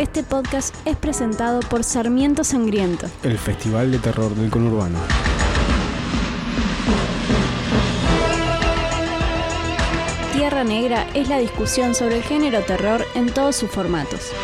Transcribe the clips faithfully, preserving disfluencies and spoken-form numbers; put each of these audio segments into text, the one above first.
Este podcast es presentado por Sarmiento Sangriento, el festival de terror del conurbano. Tierra Negra es la discusión sobre el género terror en todos sus formatos.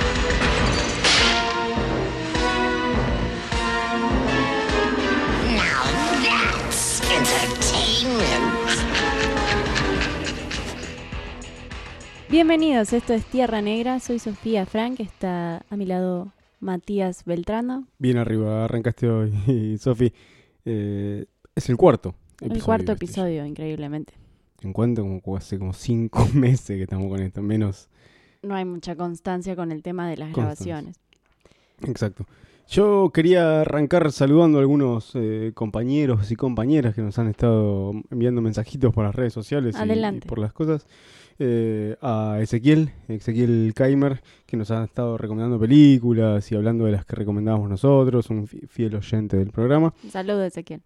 Bienvenidos, esto es Tierra Negra, soy Sofía Frank, está a mi lado Matías Beltrano. Bien arriba, arrancaste hoy, Sofi. Eh, es el cuarto episodio. El cuarto episodio, increíblemente. En cuanto como hace como cinco meses que estamos con esto, menos. No hay mucha constancia con el tema de las Constancia. grabaciones. Exacto. Yo quería arrancar saludando a algunos eh, compañeros y compañeras que nos han estado enviando mensajitos por las redes sociales y, y por las cosas. Eh, a Ezequiel, Ezequiel Keimer, que nos ha estado recomendando películas y hablando de las que recomendábamos nosotros, un fiel oyente del programa. Un saludo, Ezequiel.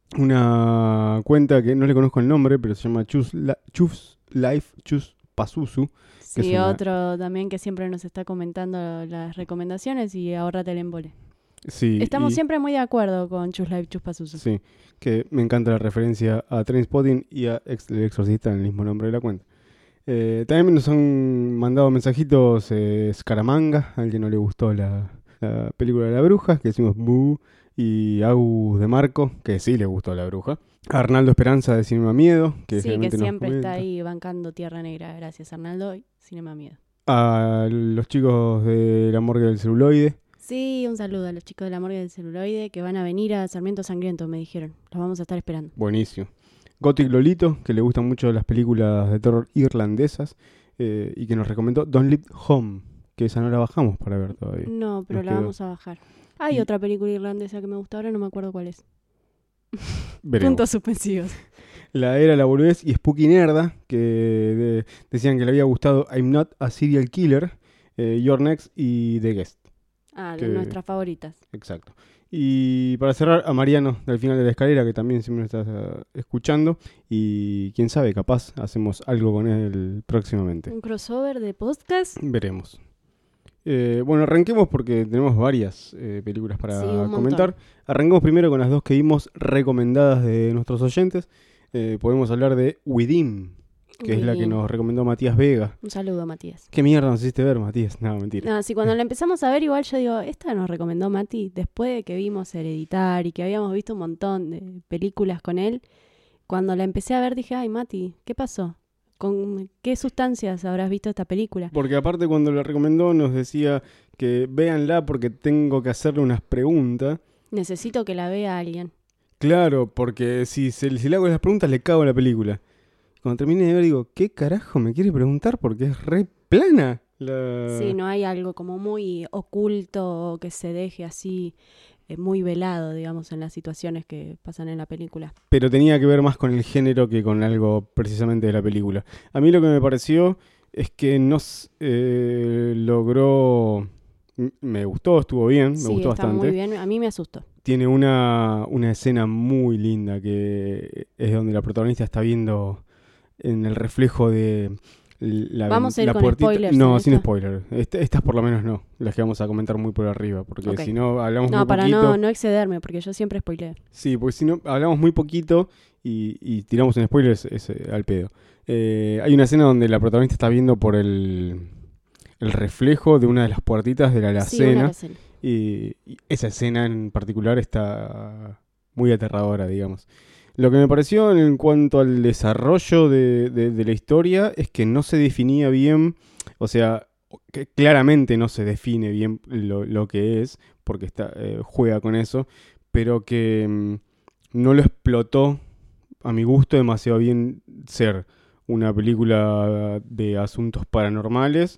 Una cuenta que no le conozco el nombre, pero se llama Choose, La- Choose Life, Choose Pazuzu. Sí, una... otro también que siempre nos está comentando las recomendaciones y ahórrate el embole. Sí, Estamos y... siempre muy de acuerdo con Choose Life, Choose Pazuzu. Sí, que me encanta la referencia a Trainspotting y a Ex- El Exorcista en el mismo nombre de la cuenta. Eh, también nos han mandado mensajitos eh, Scaramanga, al que no le gustó la, la película de la bruja, que decimos Boo, y Agus de Marco, que sí le gustó la bruja. Arnaldo Esperanza de Cinema Miedo, que sí, que siempre nos está ahí bancando Tierra Negra. Gracias, Arnaldo. Y Cinema Miedo. A los chicos de La Morgue del Celuloide. Sí, un saludo a los chicos de La Morgue del Celuloide que van a venir a Sarmiento Sangriento, me dijeron. Los vamos a estar esperando. Buenísimo. Gothic Lolito, que le gustan mucho las películas de terror irlandesas eh, y que nos recomendó Don't Leave Home, que esa no la bajamos para ver todavía. No, pero Nos la quedó. vamos a bajar. Hay Y... otra película irlandesa que me gusta ahora, no me acuerdo cuál es. Veremos. Puntos suspensivos. La Era la Boludez y Spooky Nerda, que de, decían que le había gustado I'm Not a Serial Killer, eh, Your Next y The Guest. Ah, que... de nuestras favoritas. Exacto. Y para cerrar, a Mariano del final de la escalera, que también siempre nos está uh, escuchando. Y quién sabe, capaz hacemos algo con él próximamente. ¿Un crossover de podcast? Veremos. Eh, bueno, arranquemos porque tenemos varias eh, películas para sí, comentar. Arranquemos primero con las dos que vimos recomendadas de nuestros oyentes. Eh, podemos hablar de Within, que Within. es la que nos recomendó Matías Vega. Un saludo, Matías. ¿Qué mierda nos hiciste ver, Matías? No, mentira. No, sí, cuando la empezamos a ver, igual yo digo, esta nos recomendó Mati, después de que vimos Hereditary y que habíamos visto un montón de películas con él. Cuando la empecé a ver dije, ay, Mati, ¿qué pasó? ¿Con qué sustancias habrás visto esta película? Porque aparte cuando la recomendó nos decía que véanla porque tengo que hacerle unas preguntas. Necesito que la vea alguien. Claro, porque si, se, si le hago las preguntas le cago en la película. Cuando termine de ver digo, ¿qué carajo me quiere preguntar? Porque es re plana. La... Sí, no hay algo como muy oculto que se deje así, eh, muy velado, digamos, en las situaciones que pasan en la película. Pero tenía que ver más con el género que con algo precisamente de la película. A mí lo que me pareció es que no eh, logró... Me gustó, estuvo bien, me sí, gustó está bastante. Muy bien, a mí me asustó. Tiene una, una escena muy linda que es donde la protagonista está viendo en el reflejo de la, vamos a ir la con puertita. spoilers. No, sin esto. spoiler. Est- estas por lo menos no. Las que vamos a comentar muy por arriba. Porque Okay. si no, hablamos no, muy para poquito. No, no excederme, porque yo siempre spoileo. Sí, porque si no, hablamos muy poquito y, y tiramos en spoilers es, es, al pedo. Eh, hay una escena donde la protagonista está viendo por el, el reflejo de una de las puertitas de la alacena. Sí, una y, y esa escena en particular está muy aterradora, digamos. Lo que me pareció en cuanto al desarrollo de, de, de la historia es que no se definía bien, o sea, que claramente no se define bien lo, lo que es, porque está, eh, juega con eso, pero que mm, no lo explotó a mi gusto demasiado bien ser una película de asuntos paranormales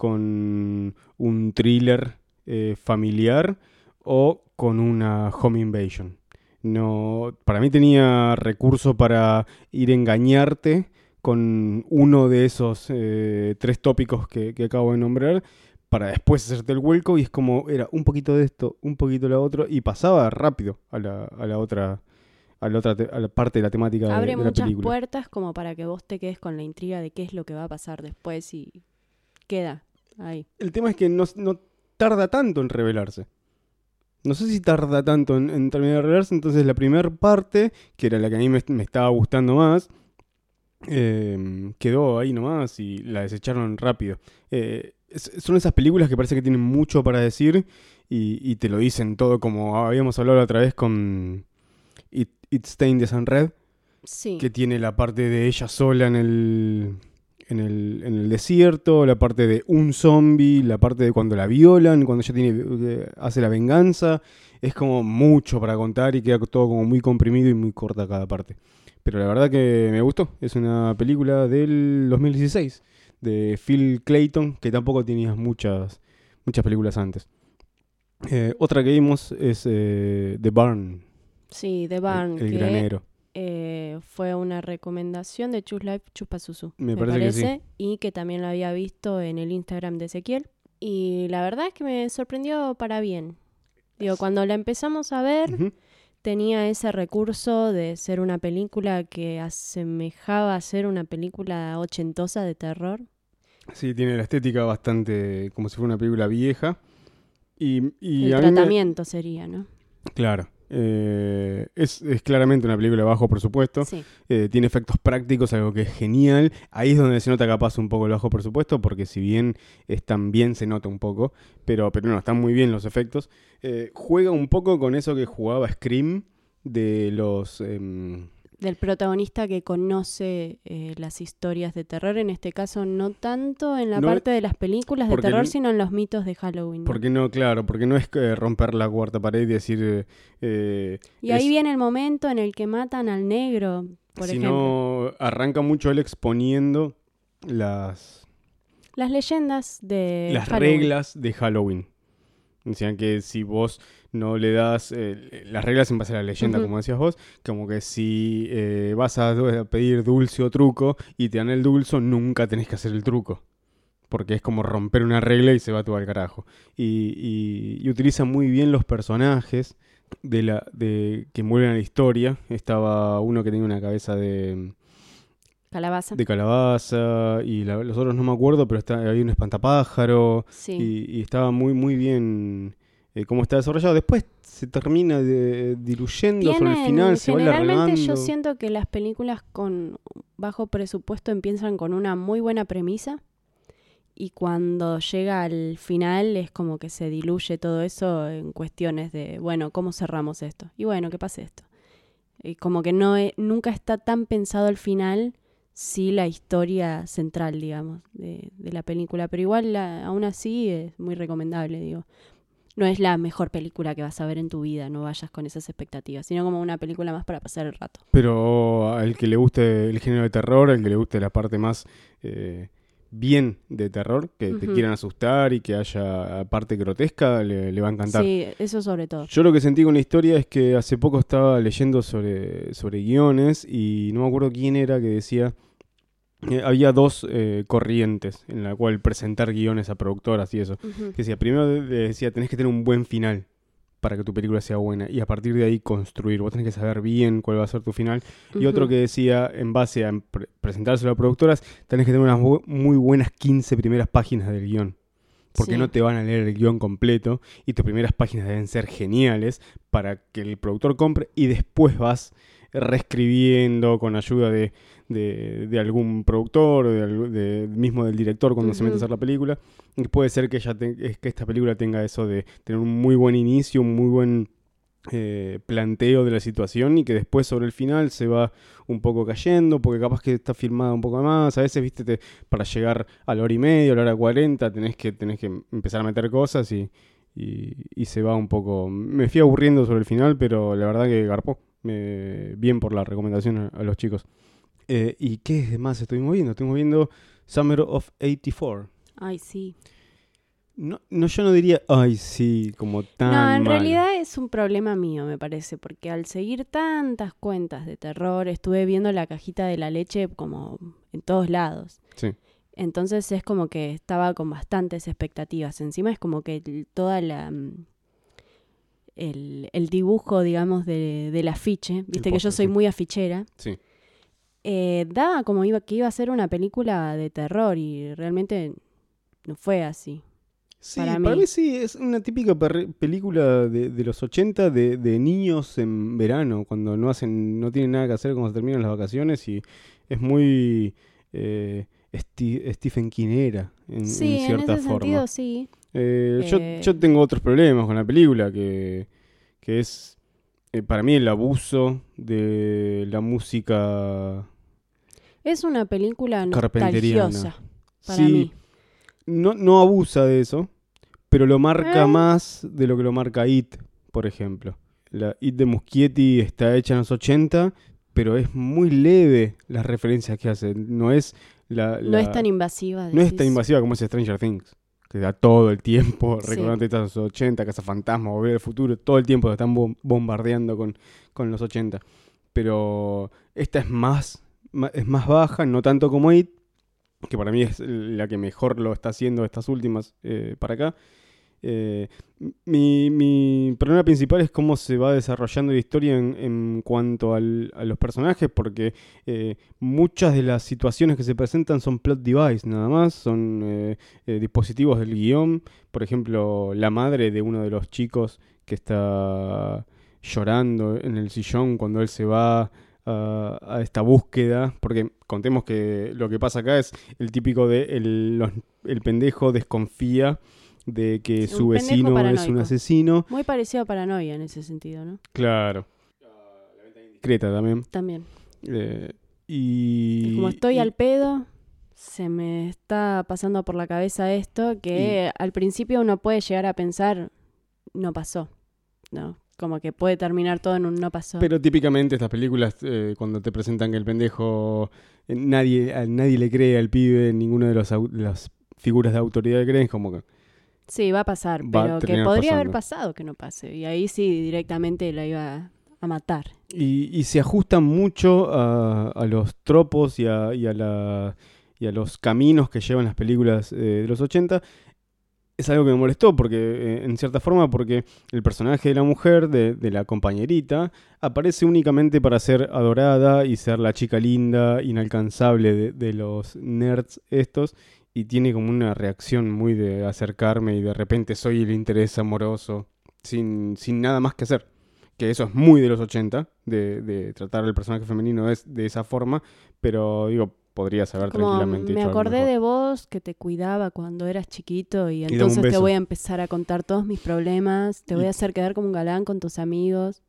con un thriller eh, familiar o con una home invasion. No, para mí tenía recurso para ir a engañarte con uno de esos eh, tres tópicos que, que acabo de nombrar para después hacerte el vuelco y es como era un poquito de esto, un poquito de lo otro y pasaba rápido a la, a la otra a la otra te- a la parte de la temática de, Abre de la muchas película. puertas como para que vos te quedes con la intriga de qué es lo que va a pasar después y queda ahí. El tema es que no, no tarda tanto en revelarse. No sé si tarda tanto en, en terminar de revelarse, entonces la primera parte, que era la que a mí me, me estaba gustando más, eh, quedó ahí nomás y la desecharon rápido. Eh, es, son esas películas que parece que tienen mucho para decir y, y te lo dicen todo, como habíamos hablado la otra vez con It, It Stained the Sun Red, Sí. que tiene la parte de ella sola en el, en el, en el desierto, la parte de un zombie, la parte de cuando la violan, cuando ella tiene, eh, hace la venganza. Es como mucho para contar y queda todo como muy comprimido y muy corta cada parte. Pero la verdad que me gustó. Es una película del dos mil dieciséis de Phil Clayton, que tampoco tenía muchas, muchas películas antes. Eh, otra que vimos es eh, The Barn, Sí, The Barn, el, el que granero. eh, fue una recomendación de Chus Life Chupasusu, Me me parece que parece, sí. y que también la había visto en el Instagram de Ezequiel. Y la verdad es que me sorprendió para bien. Digo, cuando la empezamos a ver, Ujú. tenía ese recurso de ser una película que asemejaba a ser una película ochentosa de terror. Sí, tiene la estética bastante como si fuera una película vieja. Y, y El a mí me- tratamiento sería, ¿no? Claro. Eh, es, es claramente una película de bajo presupuesto. Sí. Eh, tiene efectos prácticos, algo que es genial. Ahí es donde se nota capaz un poco el bajo presupuesto, porque si bien están bien, se nota un poco. Pero, pero no, están muy bien los efectos. Eh, juega un poco con eso que jugaba Scream de los... em, Del protagonista que conoce eh, las historias de terror, en este caso no tanto en la No, parte de las películas de porque terror, el- sino en los mitos de Halloween, ¿no? porque no, claro, porque no es que romper la cuarta pared y decir... eh, eh, Y ahí es- viene el momento en el que matan al negro, por ejemplo. sino arranca mucho él exponiendo las... Las leyendas de las Halloween. reglas de Halloween. Decían que si vos no le das eh, las reglas en base a la leyenda, Ujú. como decías vos, como que si eh, vas a, a pedir dulce o truco y te dan el dulce, nunca tenés que hacer el truco. Porque es como romper una regla y se va todo al carajo. Y, y, y utiliza muy bien los personajes de la, de, que envuelven a la historia. Estaba uno que tenía una cabeza de... Calabaza. de calabaza y la- los otros no me acuerdo, pero está, había un espantapájaro Sí. y, y estaba muy muy bien eh, cómo está desarrollado. Después se termina de, diluyendo sobre el Tienen- final, se va generalmente yo alargando. siento que las películas con bajo presupuesto empiezan con una muy buena premisa y cuando llega al final es como que se diluye todo eso en cuestiones de, bueno, ¿cómo cerramos esto? Y bueno, ¿qué pasa esto? Y como que no e- nunca está tan pensado el final, sí la historia central, digamos, de, de la película. Pero igual, la- aún así, es muy recomendable, digo. No es la mejor película que vas a ver en tu vida, no vayas con esas expectativas, sino como una película más para pasar el rato. Pero al que le guste el género de terror, al que le guste la parte más eh, bien de terror, que te Ujú. quieran asustar y que haya parte grotesca, le, le va a encantar. Sí, eso sobre todo. Yo lo que sentí con la historia es que hace poco estaba leyendo sobre, sobre guiones y no me acuerdo quién era que decía que había dos eh, corrientes en la cual presentar guiones a productoras y eso. Ujú. Que decía, primero de- de- decía, tenés que tener un buen final para que tu película sea buena y a partir de ahí construir. Vos tenés que saber bien cuál va a ser tu final. Y otro Ujú. que decía, en base a pre- presentárselo a productoras, tenés que tener unas bu- muy buenas quince primeras páginas del guión. Porque Sí. no te van a leer el guión completo y tus primeras páginas deben ser geniales para que el productor compre y después vas reescribiendo con ayuda de, de, de algún productor o de, algu- de- mismo del director cuando se mete a Ujú. hacer la película. Y puede ser que, ella te- es que esta película tenga eso de tener un muy buen inicio, un muy buen eh, planteo de la situación y que después sobre el final se va un poco cayendo porque capaz que está filmada un poco más. A veces, viste, te- para llegar a la hora y media, a la hora cuarenta, tenés que, tenés que empezar a meter cosas y, y, y se va un poco... Me fui aburriendo sobre el final, pero la verdad que garpó. Me- bien por la recomendación a, a los chicos. Eh, ¿Y qué más estuvimos viendo? Estuvimos viendo Summer of ochenta y cuatro. Ay, sí. No, no, yo no diría, ay, sí, como tan No, en malo. realidad es un problema mío, me parece, porque al seguir tantas cuentas de terror, estuve viendo la cajita de la leche como en todos lados. Sí. Entonces es como que estaba con bastantes expectativas. Encima es como que el- toda la mm, el, el dibujo, digamos, de, del afiche, viste que yo póster, soy sí. muy afichera, Sí. eh, daba como iba, que iba a ser una película de terror y realmente no fue así. Sí, para para mí. mí sí, es una típica perri- película de, de los ochenta de, de niños en verano, cuando no hacen, no tienen nada que hacer cuando se terminan las vacaciones y es muy eh, Sti- Stephen Kingera en, Sí, en en cierta ese forma. sentido sí. Eh, yo, Eh, yo tengo otros problemas con la película, que, que es eh, para mí el abuso de la música es una película carpenteriana. nostalgiosa para Sí, mí. no, no abusa de eso, pero lo marca Eh, más de lo que lo marca It, por ejemplo. La It de Muschietti está hecha en los ochenta, pero es muy leve las referencias que hace. No es la, no es tan la invasiva, no es tan decís. invasiva como es Stranger Things, que da todo el tiempo Sí. recordando los ochenta, Cazafantasmas, Volver al Futuro, todo el tiempo te están bom- bombardeando con, con los ochenta. Pero esta es más, ma- es más baja, no tanto como It, que para mí es la que mejor lo está haciendo estas últimas eh, para acá. Eh, mi, mi problema principal es cómo se va desarrollando la historia en, en cuanto al- a los personajes, porque eh, muchas de las situaciones que se presentan son plot device nada más, son eh, eh, dispositivos del guión. Por ejemplo, la madre de uno de los chicos que está llorando en el sillón cuando él se va a, a esta búsqueda, porque contemos que lo que pasa acá es el típico de el, los- el pendejo desconfía de que Sí, un su pendejo vecino es un paranoico. asesino. Muy parecido a Paranoia en ese sentido, ¿no? Claro. Discreta también. También. Eh, Y como y, estoy al y, pedo, se me está pasando por la cabeza esto y- que al principio uno puede llegar a pensar, no pasó, ¿no? Como que puede terminar todo en un no pasó. pero típicamente estas películas, eh, cuando te presentan que el pendejo, eh, nadie, a nadie le cree al pibe, ninguno de los, au- las figuras de autoridad le creen, como que Sí, va a pasar, va a pero que terminar podría haber pasando. pasado que no pase. Y ahí sí directamente la iba a matar. Y, y se ajustan mucho a, a los tropos y a, y a la- y a los caminos que llevan las películas eh, de los ochenta. Es algo que me molestó, porque eh, en cierta forma, porque el personaje de la mujer, de, de la compañerita, aparece únicamente para ser adorada y ser la chica linda, inalcanzable de, de los nerds estos, y tiene como una reacción muy de acercarme y de repente soy el interés amoroso, sin, sin nada más que hacer. Que eso es muy de los ochenta, de, de tratar al personaje femenino es de esa forma, pero digo, podrías haber Como tranquilamente me hecho algo acordé mejor. de vos que te cuidaba cuando eras chiquito y Y dame un entonces te beso. voy a empezar a contar todos mis problemas, te voy Y a hacer quedar como un galán con tus amigos.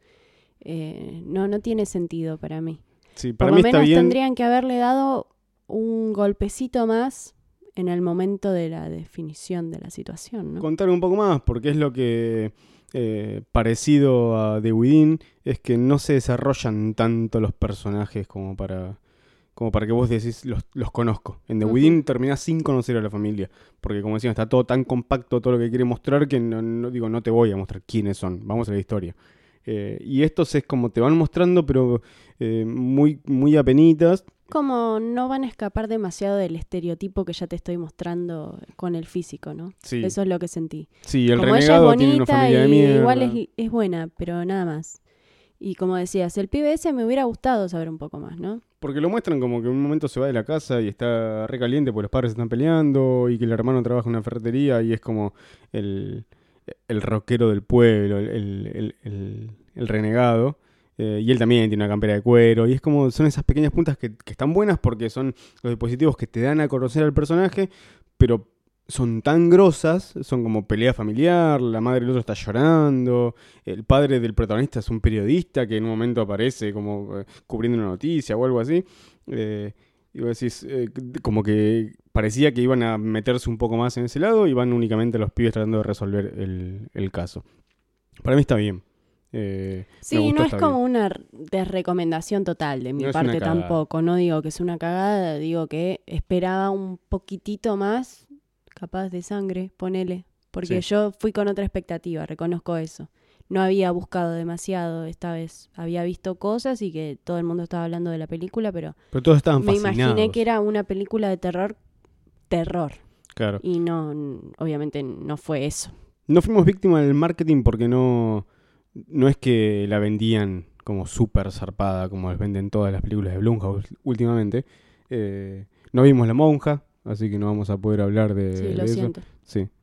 Eh, no, no tiene sentido para mí. sí, Por para lo mí está menos bien. tendrían que haberle dado un golpecito más en el momento de la definición de la situación, ¿no? Contar un poco más, porque es lo que, eh, parecido a The Within, es que no se desarrollan tanto los personajes como para, como para que vos decís, los, los conozco. En The Ujú. Within terminás sin conocer a la familia, porque como decían, está todo tan compacto, todo lo que quiere mostrar, que no, no- digo, no te voy a mostrar quiénes son, vamos a la historia. Eh, y estos es como te van mostrando, pero eh, muy, muy apenitas. Como no van a escapar demasiado del estereotipo que ya te estoy mostrando con el físico, ¿no? Sí, Eso es lo que sentí. sí, el Como ella es renegado tiene una bonita familia de y mierda. igual es, es buena, pero nada más. Y como decías, el pibe ese me hubiera gustado saber un poco más, ¿no? Porque lo muestran como que en un momento se va de la casa y está re caliente porque los padres están peleando y que el hermano trabaja en una ferretería y es como el, el rockero del pueblo, el, el, el- el- el renegado. Eh, y él también tiene una campera de cuero. Y es como, son esas pequeñas puntas que, que están buenas porque son los dispositivos que te dan a conocer al personaje, pero son tan grosas, son como pelea familiar, la madre del otro está llorando, el padre del protagonista es un periodista que en un momento aparece como eh, cubriendo una noticia o algo así. Eh, y vos decís, eh, como que parecía que iban a meterse un poco más en ese lado y van únicamente los pibes tratando de resolver el, el caso. Para mí está bien. Eh, me Sí, gustó, no es está como bien. una r- desrecomendación total de mi No es una parte cagada. tampoco. No digo que es una cagada, digo que esperaba un poquitito más, capaz de sangre, ponele. Porque Sí. yo fui con otra expectativa, reconozco eso. No había buscado demasiado esta vez. Había visto cosas y que todo el mundo estaba hablando de la película, pero Pero todos estaban me fascinados. imaginé que era una película de terror, terror. Claro. Y no, n- obviamente no fue eso. No fuimos víctimas del marketing porque no, no es que la vendían como súper zarpada como les venden todas las películas de Blumhouse últimamente. Eh, no vimos La Monja, así que no vamos a poder hablar de, Sí, de lo eso. siento. Sí.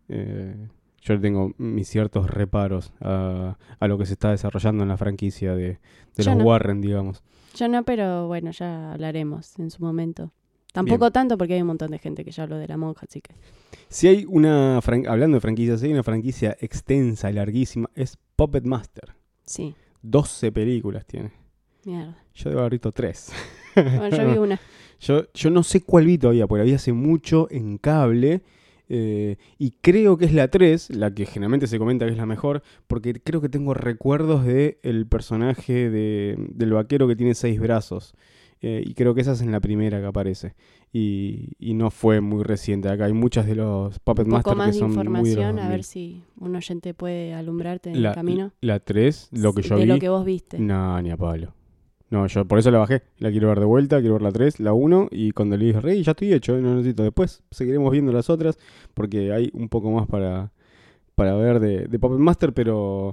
Eh, yo le tengo mis ciertos reparos a, a lo que se está desarrollando en la franquicia de, de Yo los no. Warren, digamos. Yo no, pero bueno, ya hablaremos en su momento. Tampoco Bien. tanto porque hay un montón de gente que ya habló de La Monja, así que... Si hay una, fran- hablando de franquicias, si hay una franquicia extensa y larguísima, es Puppet Master. Sí, doce películas tiene. mierda. Yo debo haber visto tres. Bueno, yo vi una. Yo, yo no sé cuál vi todavía, porque la vi hace mucho en cable. eh, y creo que es la tres, la que generalmente se comenta que es la mejor, porque creo que tengo recuerdos de el personaje de, del vaquero que tiene seis brazos. Eh, y creo que esa es en la primera que aparece. Y, y no fue muy reciente. Acá hay muchas de los Puppet Un poco Master más que de son muy de los información, a dos mil. ver si un oyente puede alumbrarte en el La, camino. la tres, lo que yo de vi... lo que vos viste. No, ni a palo. No, yo por eso la bajé. La quiero ver de vuelta, quiero ver la tres, la uno. Y cuando le dije, rey, ya estoy hecho, no necesito. Después seguiremos viendo las otras, porque hay un poco más para, para ver de, de Puppet Master, pero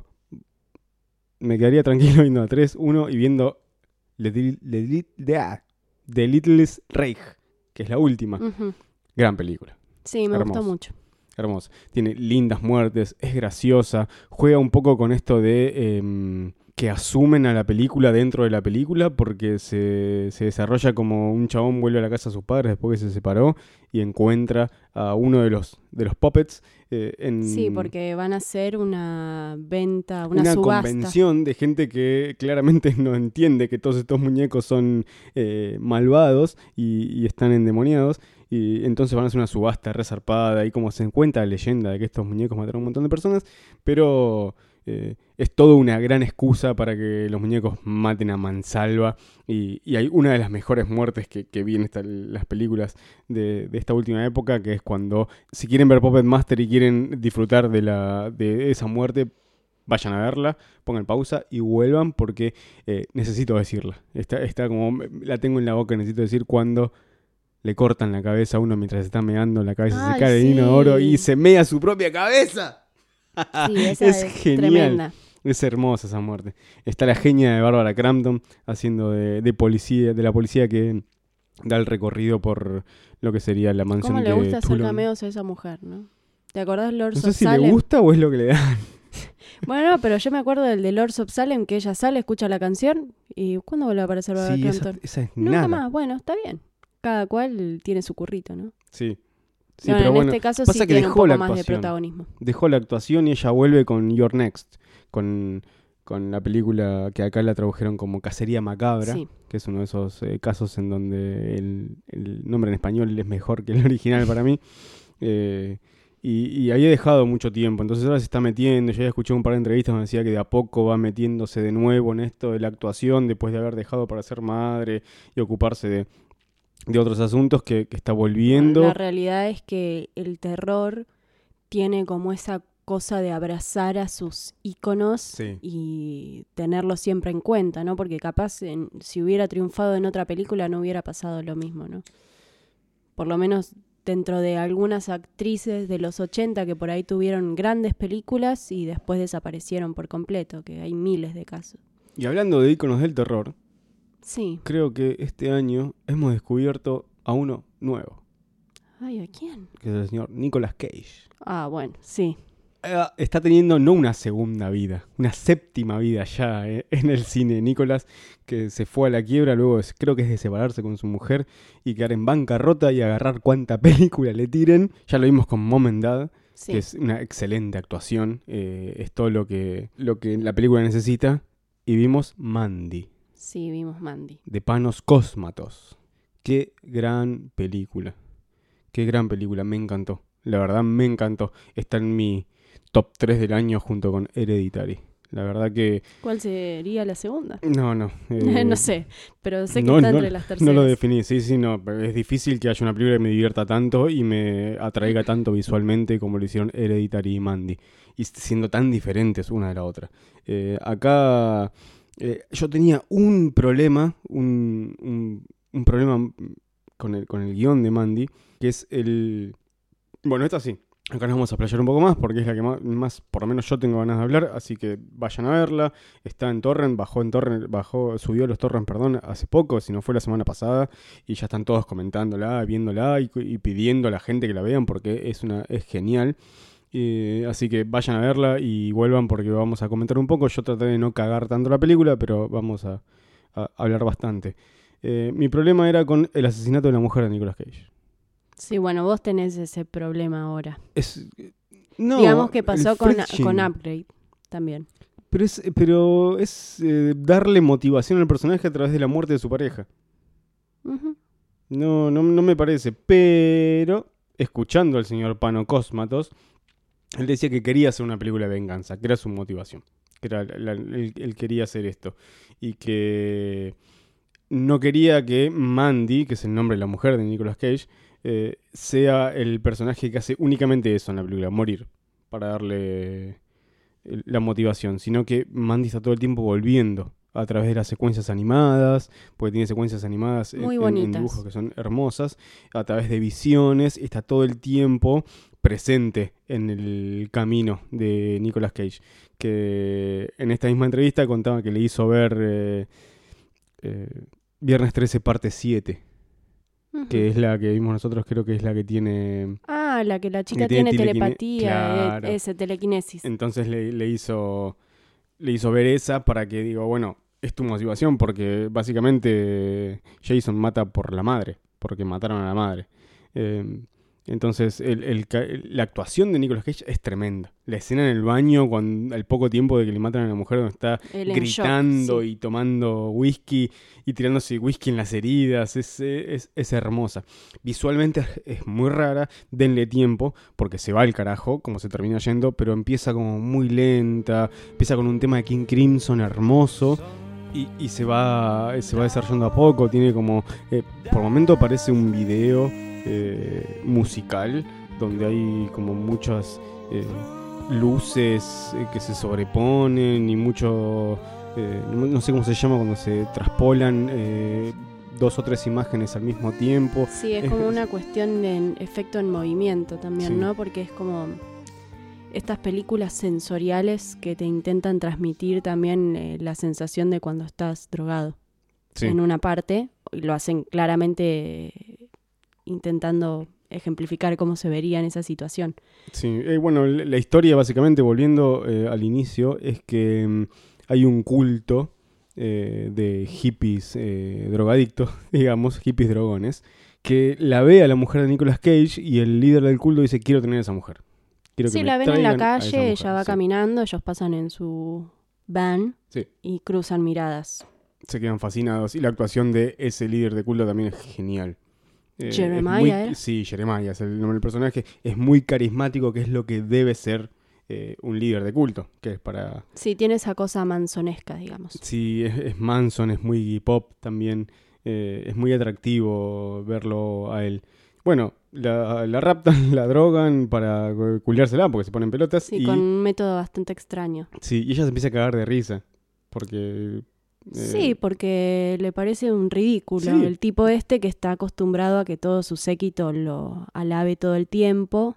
me quedaría tranquilo viendo la tres, uno y viendo The, Li- The Li- The- ah, The Littlest Reich, que es la última. Ujú. Gran película. Sí, me Hermoso. gustó mucho. Hermosa. Tiene lindas muertes, es graciosa, juega un poco con esto de eh, que asumen a la película dentro de la película, porque se, se desarrolla como un chabón vuelve a la casa de sus padres después que se separó y encuentra a uno de los, de los puppets eh, en Sí, porque van a hacer una venta, una, una subasta. convención de gente que claramente no entiende que todos estos muñecos son eh, malvados y, y están endemoniados. Y entonces van a hacer una subasta resarpada y como se cuenta la leyenda de que estos muñecos mataron a un montón de personas, pero eh, es toda una gran excusa para que los muñecos maten a mansalva. Y, y hay una de las mejores muertes que, que vi en esta- las películas de, de esta última época, que es cuando, si quieren ver Puppet Master y quieren disfrutar de, la, de esa muerte, vayan a verla, pongan pausa y vuelvan porque eh, necesito decirla. Está, está como, la tengo en la boca, necesito decir cuando le cortan la cabeza a uno mientras se está meando, la cabeza Ay, se cae de sí. inodoro y se mea su propia cabeza. Sí, esa es es genial. tremenda. Es hermosa esa muerte. Está la genia de Bárbara Crampton haciendo de, de policía, de la policía que da el recorrido por lo que sería la mansión ¿Cómo de le gusta hacer Toulon. cameos a esa mujer, no? ¿Te acordás Lords No sé of si Salem? le gusta o es lo que le dan. Bueno, pero yo me acuerdo del de Lords of Salem, que ella sale, escucha la canción y ¿cuándo vuelve a aparecer Barbara Sí, esa, Crampton? esa es Nunca nada. más. Bueno, está bien. Cada cual tiene su currito, ¿no? Sí. Sí, Bueno, pero en bueno, este caso pasa sí que tiene un dejó poco la más de actuación. protagonismo. Dejó la actuación y ella vuelve con Your Next, con, con la película que acá la tradujeron como Cacería Macabra, Sí. que es uno de esos eh, casos en donde el, el nombre en español es mejor que el original para mí. Eh, y, y había dejado mucho tiempo, entonces ahora se está metiendo. Yo ya escuché un par de entrevistas donde decía que de a poco va metiéndose de nuevo en esto de la actuación después de haber dejado para ser madre y ocuparse de, de otros asuntos, que, que está volviendo. Bueno, la realidad es que el terror tiene como esa cosa de abrazar a sus íconos Sí. y tenerlos siempre en cuenta, ¿no? Porque capaz en- si hubiera triunfado en otra película no hubiera pasado lo mismo, ¿no? Por lo menos dentro de algunas actrices de los ochenta que por ahí tuvieron grandes películas y después desaparecieron por completo, que hay miles de casos. Y hablando de íconos del terror, Sí. creo que este año hemos descubierto a uno nuevo, Ay, ¿a quién? que es el señor Nicolas Cage. Ah, bueno, sí. Eh, está teniendo no una segunda vida, una séptima vida ya eh, en el cine. Nicolas, que se fue a la quiebra, luego es- creo que es de separarse con su mujer y quedar en bancarrota y agarrar cuanta película le tiren. Ya lo vimos con Mom and Dad, Sí. que es una excelente actuación, eh, es todo lo que, lo que la película necesita. Y vimos Mandy, Sí, vimos Mandy. de Panos Cosmatos. Qué gran película. Qué gran película, me encantó. La verdad me encantó. Está en mi top tres del año junto con Hereditary. La verdad que... ¿Cuál sería la segunda? No, no. eh, no sé, pero sé que no, está no, entre las no terceras. lo definí, sí, sí, no. Pero es difícil que haya una película que me divierta tanto y me atraiga tanto visualmente como lo hicieron Hereditary y Mandy. Y siendo tan diferentes una de la otra. Eh, acá eh, yo tenía un problema, un, un, un problema con el, con el guión de Mandy, que es el... Bueno, esta sí. Acá nos vamos a playar un poco más porque es la que más, más, por lo menos yo tengo ganas de hablar, así que vayan a verla. Está en Torrent, bajó en Torrent, bajó, subió los Torrent, perdón, hace poco, si no fue la semana pasada, y ya están todos comentándola, viéndola y, y pidiendo a la gente que la vean porque es una es genial. Eh, así que vayan a verla y vuelvan porque vamos a comentar un poco. Yo traté de no cagar tanto la película, pero vamos a, a hablar bastante. Eh, mi problema era con el asesinato de la mujer de Nicolas Cage. Sí, bueno, vos tenés ese problema ahora. Es, no, Digamos que pasó el con, Fritzchen. con Upgrade también. Pero es, pero es eh, darle motivación al personaje a través de la muerte de su pareja. Uh-huh. No, no, no me parece. Pero, escuchando al señor Pano Cosmatos, él decía que quería hacer una película de venganza, que era su motivación. Que era la, la, él, él quería hacer esto. Y que no quería que Mandy, que es el nombre de la mujer de Nicolas Cage, eh, sea el personaje que hace únicamente eso en la película, morir, para darle la motivación, sino que Mandy está todo el tiempo volviendo a través de las secuencias animadas, porque tiene secuencias animadas en, Muy en, bonitas. en dibujos que son hermosas, a través de visiones, está todo el tiempo presente en el camino de Nicolas Cage, que en esta misma entrevista contaba que le hizo ver eh, eh, Viernes trece parte siete, Uh-huh. que es la que vimos nosotros, creo que es la que tiene... Ah, la que la chica que tiene tiene telequine- telepatía, claro. e- ese telequinesis. Entonces le, le hizo le hizo ver esa para que digo, bueno, es tu motivación porque básicamente Jason mata por la madre, porque mataron a la madre. Eh, entonces el, el, la actuación de Nicolas Cage es tremenda. La escena en el baño cuando, al poco tiempo de que le matan a la mujer, donde está El en gritando shock, sí. y tomando whisky y tirándose whisky en las heridas, es, es, es hermosa. Visualmente es muy rara, denle tiempo porque se va al carajo como se termina yendo, pero empieza como muy lenta, empieza con un tema de King Crimson hermoso y, y se va se va desarrollando a poco, tiene como eh, por momento parece un video eh, musical donde hay como muchas eh, luces eh, que se sobreponen y mucho eh, no, no sé cómo se llama cuando se traspolan eh, dos o tres imágenes al mismo tiempo. Sí, es, es como una cuestión de efecto en movimiento también, sí. ¿no? Porque es como estas películas sensoriales que te intentan transmitir también eh, la sensación de cuando estás drogado. Sí. En una parte, y lo hacen claramente eh, intentando ejemplificar cómo se vería en esa situación. Sí, eh, bueno, la historia básicamente, volviendo eh, al inicio, es que um, hay un culto eh, de hippies eh, drogadictos, digamos, hippies drogones, que la ve a la mujer de Nicolas Cage y el líder del culto dice, quiero tener a esa mujer. Quiero sí, que la me ven en la traigan a esa calle, mujer". ella va Sí. caminando, ellos pasan en su van Sí. y cruzan miradas. Se quedan fascinados. Y la actuación de ese líder de culto también es genial. Eh, Jeremiah, es muy, ¿era? Sí, Jeremiah es el nombre del personaje. Es muy carismático, que es lo que debe ser eh, un líder de culto. Que es para... Sí, tiene esa cosa mansonesca, digamos. Sí, es, es Manson, es muy hip hop también. Eh, es muy atractivo verlo a él. Bueno, la, la raptan, la drogan para culiársela porque se ponen pelotas. Sí, y, con un método bastante extraño. Sí, y ella se empieza a cagar de risa. Porque... Eh, Sí, porque le parece un ridículo. Sí. El tipo este que está acostumbrado a que todo su séquito lo alabe todo el tiempo.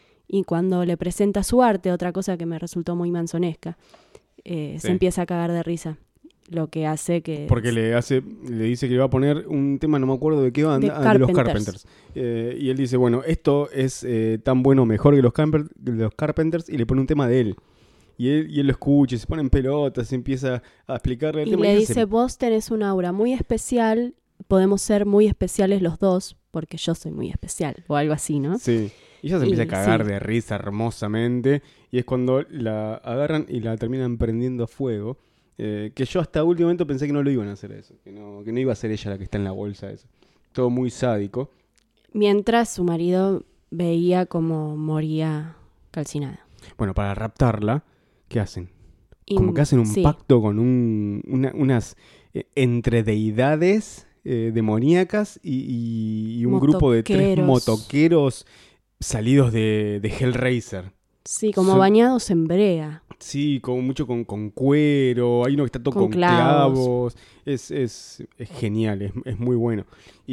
Y cuando le presenta su arte, otra cosa que me resultó muy mansonesca, eh, Sí. se empieza a cagar de risa. Lo que hace que... Porque le hace, le dice que le va a poner un tema, no me acuerdo de qué banda, De ah, de los Carpenters. Carpenters. Eh, y él dice, bueno, esto es eh, tan bueno o mejor que los, Camper, que los Carpenters, y le pone un tema de él. Y él, y él lo escucha, y se pone en pelotas, se empieza a explicarle el Y tema. le ella dice, se- vos tenés un aura muy especial, podemos ser muy especiales los dos, porque yo soy muy especial, o algo así, ¿no? Sí. Y ella se Y empieza a cagar sí. de risa hermosamente. Y es cuando la agarran y la terminan prendiendo a fuego. Eh, que yo hasta último momento pensé que no lo iban a hacer eso. Que no, que no iba a ser ella la que está en la bolsa eso. Todo muy sádico. Mientras su marido veía como moría calcinada. Bueno, para raptarla, ¿qué hacen? Y- Como que hacen un sí. pacto con un, una- unas eh, entre deidades eh, demoníacas y, y- y un grupo de tres Motoqueros. motoqueros salidos de, de Hellraiser. Sí, como Son- bañados en brea. Sí, como mucho con, con cuero, hay uno que está todo Con con, clavos. clavos. Es, es, es genial, es, es muy bueno.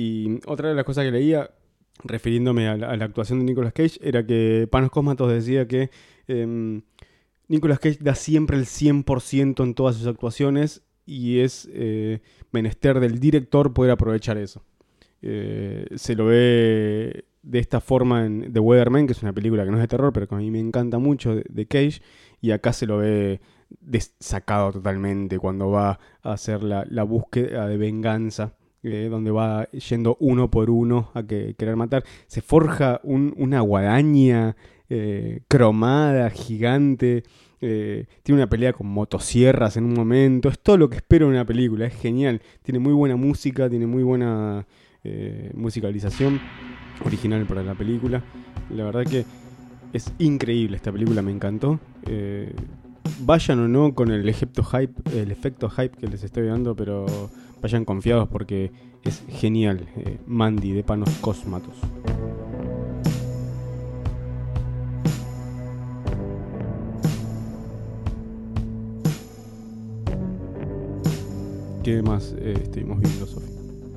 Y otra de las cosas que leía, refiriéndome a la, a la actuación de Nicolas Cage, era que Panos Cosmatos decía que em, Nicolas Cage da siempre el cien por ciento en todas sus actuaciones y es eh, menester del director poder aprovechar eso. Eh, se lo ve de esta forma en The Weatherman, que es una película que no es de terror, pero que a mí me encanta mucho, de, de Cage, y acá se lo ve sacado totalmente cuando va a hacer la, la búsqueda de venganza, eh, donde va yendo uno por uno a que, querer matar. Se forja un, una guadaña eh, cromada, gigante. Eh, tiene una pelea con motosierras en un momento. Es todo lo que espero en una película. Es genial. Tiene muy buena música, tiene muy buena eh, musicalización original para la película. La verdad que es increíble esta película, me encantó. Eh, vayan o no con el efecto hype, el efecto hype que les estoy dando, pero vayan confiados porque es genial. Eh, Mandy de Panos Cosmatos. ¿Qué más eh, estuvimos viendo, Sofía?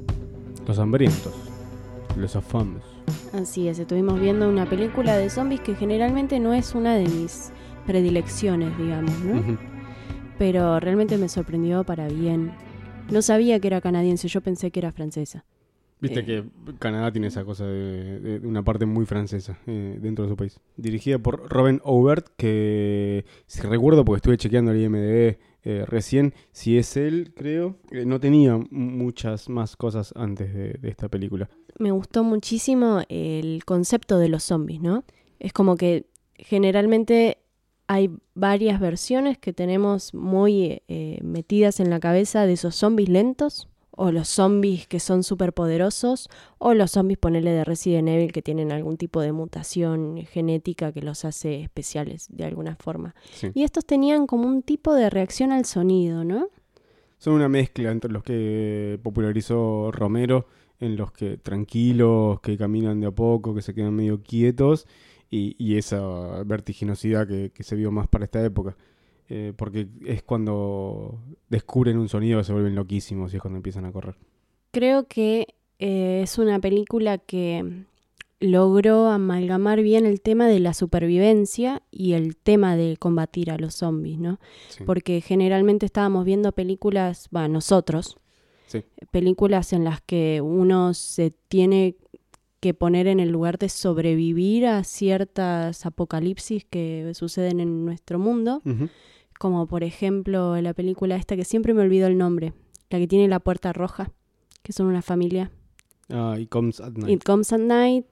Los hambrientos, los afames. Así es, estuvimos viendo una película de zombies que generalmente no es una de mis predilecciones, digamos, ¿no? Uh-huh. Pero realmente me sorprendió para bien. No sabía que era canadiense, yo pensé que era francesa. Viste eh. que Canadá tiene esa cosa de, de, de una parte muy francesa eh, dentro de su país. Dirigida por Robin Aubert, que si recuerdo porque estuve chequeando el I M D B eh, recién, si es él, creo, eh, no tenía muchas más cosas antes de, de esta película. Me gustó muchísimo el concepto de los zombies, ¿no? Es como que generalmente hay varias versiones que tenemos muy eh, metidas en la cabeza de esos zombies lentos, o los zombies que son súper poderosos, o los zombies, ponele, de Resident Evil, que tienen algún tipo de mutación genética que los hace especiales de alguna forma. Sí. Y estos tenían como un tipo de reacción al sonido, ¿no? Son una mezcla entre los que popularizó Romero, en los que tranquilos, que caminan de a poco, que se quedan medio quietos, y, y esa vertiginosidad que, que se vio más para esta época. Eh, porque es cuando descubren un sonido que se vuelven loquísimos y es cuando empiezan a correr. Creo que eh, es una película que logró amalgamar bien el tema de la supervivencia y el tema de combatir a los zombies, ¿no? Sí. Porque generalmente estábamos viendo películas, bueno, nosotros, sí. películas en las que uno se tiene que poner en el lugar de sobrevivir a ciertas apocalipsis que suceden en nuestro mundo. Uh-huh. Como por ejemplo la película esta que siempre me olvido el nombre, la que tiene la puerta roja, que son una familia. Ah, It Comes at Night. It Comes at Night.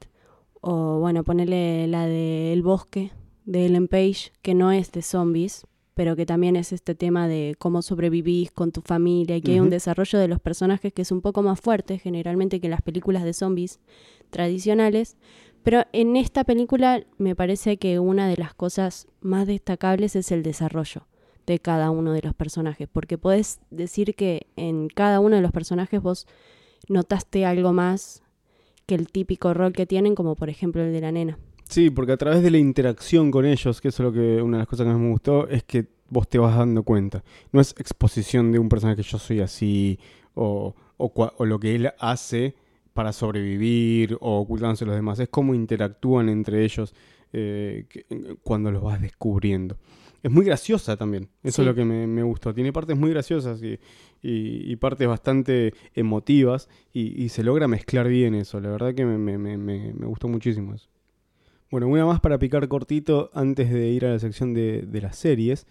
O bueno, ponerle la de El Bosque, de Ellen Page, que no es de zombies, pero que también es este tema de cómo sobrevivís con tu familia y que uh-huh. hay un desarrollo de los personajes que es un poco más fuerte generalmente que las películas de zombies tradicionales. Pero en esta película me parece que una de las cosas más destacables es el desarrollo de cada uno de los personajes, porque podés decir que en cada uno de los personajes vos notaste algo más que el típico rol que tienen, como por ejemplo el de la nena. Sí, porque a través de la interacción con ellos, que eso es lo que una de las cosas que más me gustó, es que vos te vas dando cuenta. No es exposición de un personaje que yo soy así, o, o, cua, o lo que él hace para sobrevivir, o ocultándose a los demás. Es cómo interactúan entre ellos eh, que, cuando los vas descubriendo. Es muy graciosa también, eso sí. Es lo que me, me gustó. Tiene partes muy graciosas y, y, y partes bastante emotivas y, y se logra mezclar bien eso. La verdad que me, me, me, me gustó muchísimo eso. Bueno, una más para picar cortito antes de ir a la sección de, de las series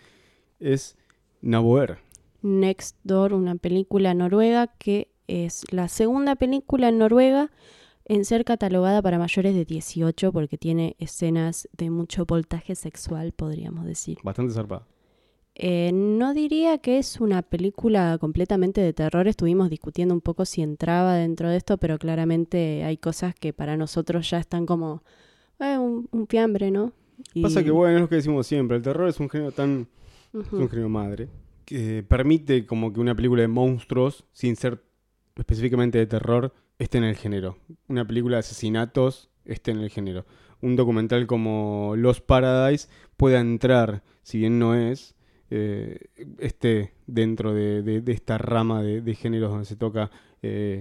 es Navoer. Next Door, una película noruega que es la segunda película en Noruega en ser catalogada para mayores de dieciocho porque tiene escenas de mucho voltaje sexual, podríamos decir. Bastante zarpada. Eh, no diría que es una película completamente de terror. Estuvimos discutiendo un poco si entraba dentro de esto, pero claramente hay cosas que para nosotros ya están como eh, un, un fiambre, ¿no? Y... Pasa que, bueno, es lo que decimos siempre. El terror es un género tan... Uh-huh. Es un género madre que permite como que una película de monstruos, sin ser específicamente de terror, esté en el género. Una película de asesinatos esté en el género. Un documental como Lost Paradise pueda entrar, si bien no es, eh, esté dentro de, de, de esta rama de, de géneros donde se toca eh,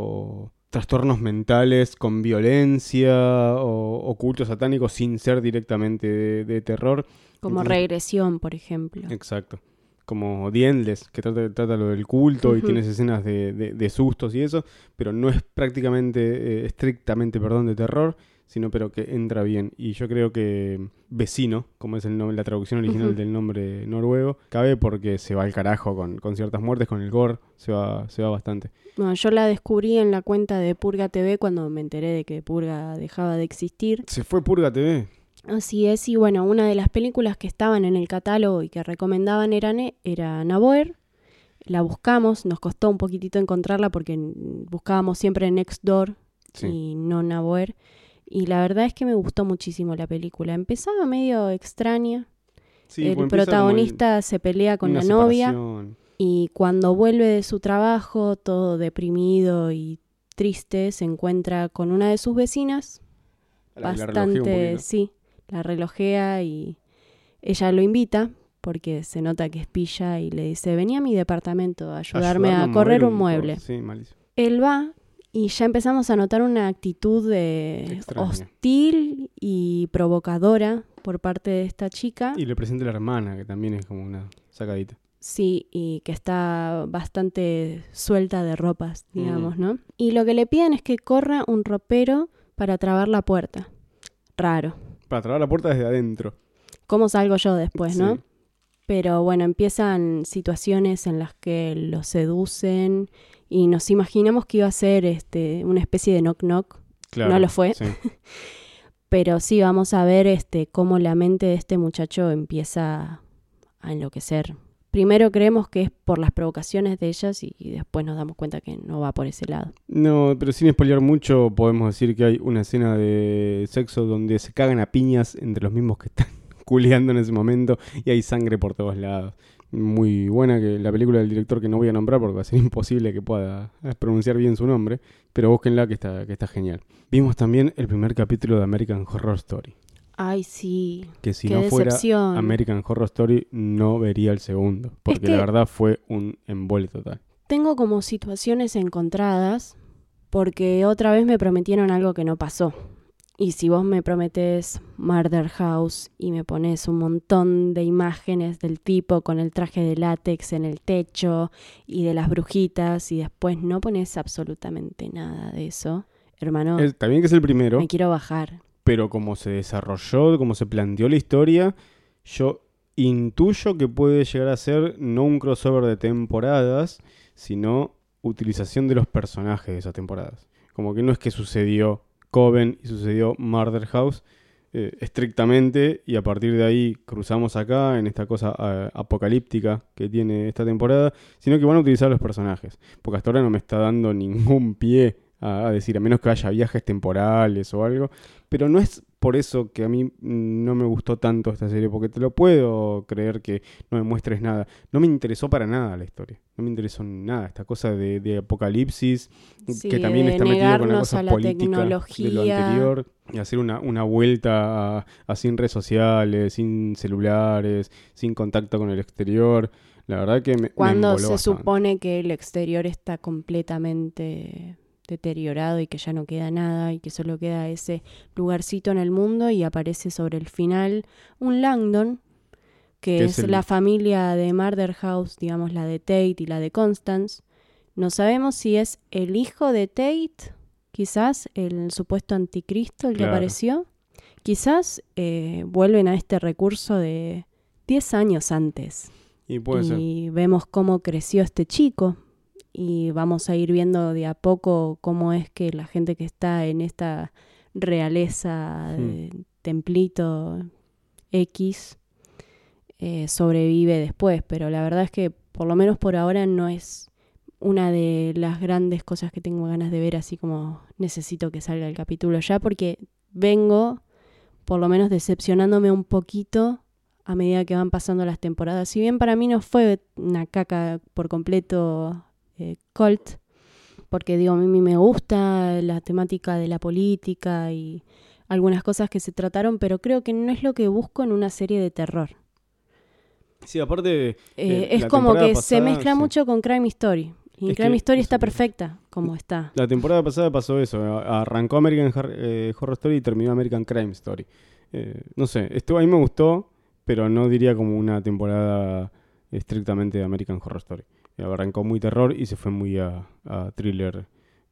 o trastornos mentales con violencia o, o cultos satánicos sin ser directamente de, de terror. Como Entonces, regresión, por ejemplo. Exacto. Como The Endless, que trata, trata lo del culto uh-huh. y tienes escenas de, de, de sustos y eso, pero no es prácticamente, eh, estrictamente, perdón, de terror, sino pero que entra bien. Y yo creo que Vecino, como es el nombre, la traducción original Ujú. del nombre noruego, cabe porque se va al carajo con, con ciertas muertes, con el gore, se va, se va bastante. Bueno, yo la descubrí en la cuenta de Purga T V cuando me enteré de que Purga dejaba de existir. Se fue Purga T V. Así es, y bueno, una de las películas que estaban en el catálogo y que recomendaban era, Ne- era Navoer. La buscamos, nos costó un poquitito encontrarla porque n- buscábamos siempre Nextdoor Sí. y no Navoer. Y la verdad es que me gustó muchísimo la película. Empezaba medio extraña. Sí, El pues empieza como protagonista se pelea con una la novia separación. y cuando vuelve de su trabajo, todo deprimido y triste, se encuentra con una de sus vecinas. A la que la relojé un Bastante, poquito. sí, la relojea y ella lo invita porque se nota que es pilla y le dice, vení a mi departamento a ayudarme, Ayudarme a correr mover un mueble. coso. Sí, malísimo. Él va y ya empezamos a notar una actitud de Extraña. hostil y provocadora por parte de esta chica. Y le presenta a la hermana, que también es como una sacadita. Sí, y que está bastante suelta de ropas, digamos, Mm. ¿no? Y lo que le piden es que corra un ropero para trabar la puerta. Raro. Para trabar la puerta desde adentro. ¿Cómo salgo yo después, no? Sí. Pero bueno, empiezan situaciones en las que lo seducen y nos imaginamos que iba a ser este, una especie de knock-knock, Claro, No lo fue. sí. pero sí vamos a ver este, cómo la mente de este muchacho empieza a enloquecer. Primero creemos que es por las provocaciones de ellas y, y después nos damos cuenta que no va por ese lado. No, pero sin spoilear mucho, podemos decir que hay una escena de sexo donde se cagan a piñas entre los mismos que están culeando en ese momento y hay sangre por todos lados. Muy buena que la película del director que no voy a nombrar porque va a ser imposible que pueda pronunciar bien su nombre, pero búsquenla que está, que está genial. Vimos también el primer capítulo de American Horror Story, Ay, sí, que si qué no fuera decepción. American Horror Story no vería el segundo, porque que- la verdad fue un embole total. Tengo como situaciones encontradas porque otra vez me prometieron algo que no pasó. Y si vos me prometés Murder House y me pones un montón de imágenes del tipo con el traje de látex en el techo y de las brujitas y después no pones absolutamente nada de eso, hermano, Es- Está bien que es el primero, me quiero bajar. pero como se desarrolló, como se planteó la historia, yo intuyo que puede llegar a ser no un crossover de temporadas, sino utilización de los personajes de esas temporadas. Como que no es que sucedió Coven y sucedió Murder House eh, estrictamente y a partir de ahí cruzamos acá en esta cosa eh, apocalíptica que tiene esta temporada, sino que van a utilizar los personajes, porque hasta ahora no me está dando ningún pie a, a decir, a menos que haya viajes temporales o algo, pero no es por eso que a mí no me gustó tanto esta serie, porque te lo puedo creer que no me muestres nada. No me interesó para nada la historia, no me interesó nada esta cosa de, de apocalipsis, Sí, que también de está metida con una negarnos cosa a la política de lo tecnología. anterior, y hacer una, una vuelta a, a sin redes sociales, sin celulares, sin contacto con el exterior. La verdad que me, me Cuando emboló se bastante. supone que el exterior está completamente deteriorado y que ya no queda nada y que solo queda ese lugarcito en el mundo y aparece sobre el final un Langdon, que Que es, es el- la familia de Murder House, digamos la de Tate y la de Constance. No sabemos si es el hijo de Tate, quizás el supuesto anticristo, el que Claro. apareció. Quizás eh, vuelven a este recurso de diez años antes. Y puede ser. Y vemos cómo creció este chico y vamos a ir viendo de a poco cómo es que la gente que está en esta realeza de templito X eh, sobrevive después, pero la verdad es que por lo menos por ahora no es una de las grandes cosas que tengo ganas de ver, así como necesito que salga el capítulo ya, porque vengo por lo menos decepcionándome un poquito a medida que van pasando las temporadas. Si bien para mí no fue una caca por completo eh, Cult, porque digo, a mí me gusta la temática de la política y algunas cosas que se trataron, pero creo que no es lo que busco en una serie de terror. Sí, aparte... Eh, eh, es la como que temporada se pasada, mezcla sí. mucho con Crime Story. Y Es Crime que Story eso está que- perfecta como está. La temporada pasada pasó eso. a- Arrancó American Har- eh, Horror Story y terminó American Crime Story. Eh, no sé, esto a mí me gustó, pero no diría como una temporada estrictamente de American Horror Story. Eh, Arrancó muy terror y se fue muy a, a thriller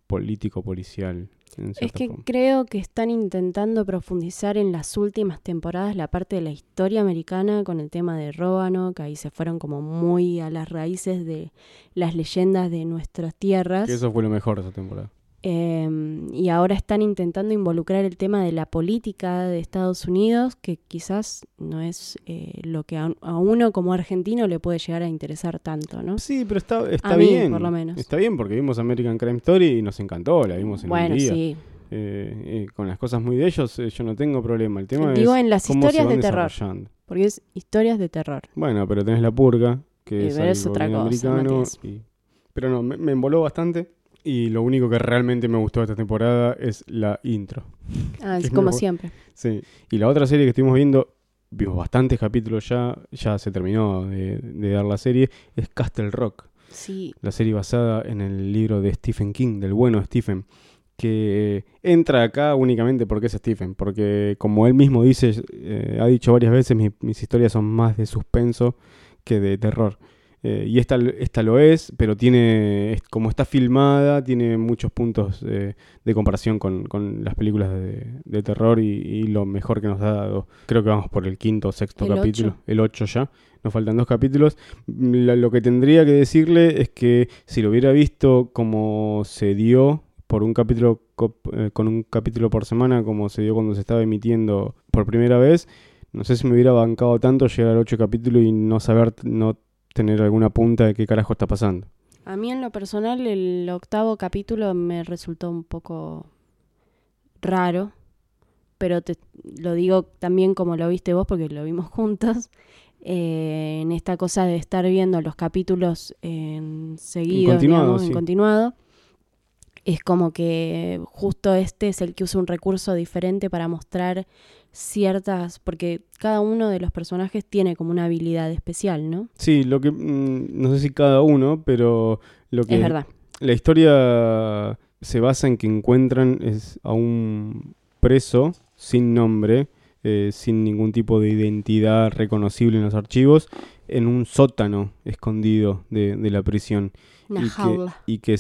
político-policial. En Es cierta que forma. creo que están intentando profundizar en las últimas temporadas la parte de la historia americana con el tema de Roanoke, ahí se fueron como muy a las raíces de las leyendas de nuestras tierras. Que eso fue lo mejor de esa temporada. Eh, y ahora están intentando involucrar el tema de la política de Estados Unidos, que quizás no es eh, lo que a, a uno como argentino le puede llegar a interesar tanto, ¿no? Sí, pero está, está A mí, bien. por lo menos. Está bien porque vimos American Crime Story y nos encantó, la vimos en Bueno, un día. sí. Eh, eh, con las cosas muy de ellos eh, yo no tengo problema. El tema Digo es en las cómo historias se van de terror. desarrollando. Porque es historias de terror. Bueno, pero tenés La Purga, que Eh, es pero es algo otra bien cosa, americano. Matías. Y... Pero no, me, me emboló bastante. Y lo único que realmente me gustó de esta temporada es la intro. Ah, Que es me como gu- siempre. Sí. Y la otra serie que estuvimos viendo, vimos bastantes capítulos ya, ya se terminó de, de dar la serie, es Castle Rock. Sí. La serie basada en el libro de Stephen King, del bueno Stephen, que entra acá únicamente porque es Stephen, porque como él mismo dice, eh, ha dicho varias veces, mi- mis historias son más de suspenso que de terror. Eh, y esta, esta lo es, pero tiene, es- como está filmada, tiene muchos puntos eh, de comparación con, con las películas de, de terror y, y lo mejor que nos ha dado. Creo que vamos por el quinto o sexto El capítulo, ocho. el ocho ya. Nos faltan dos capítulos. La- lo que tendría que decirle es que si lo hubiera visto como se dio por un capítulo co- eh, con un capítulo por semana, como se dio cuando se estaba emitiendo por primera vez, no sé si me hubiera bancado tanto llegar al ocho capítulo y no saber, no tener alguna punta de qué carajo está pasando. A mí en lo personal el octavo capítulo me resultó un poco raro, pero te lo digo también como lo viste vos porque lo vimos juntos, eh, en esta cosa de estar viendo los capítulos en seguidos, continuado, digamos, sí. en continuado. Es como que justo este es el que usa un recurso diferente para mostrar ciertas, porque cada uno de los personajes tiene como una habilidad especial, ¿no? Sí, lo que mm, no sé si cada uno, pero lo que Es verdad. la historia se basa en que encuentran es a un preso sin nombre, eh, sin ningún tipo de identidad reconocible en los archivos, en un sótano escondido de, de la prisión. Una y, que, jaula. y que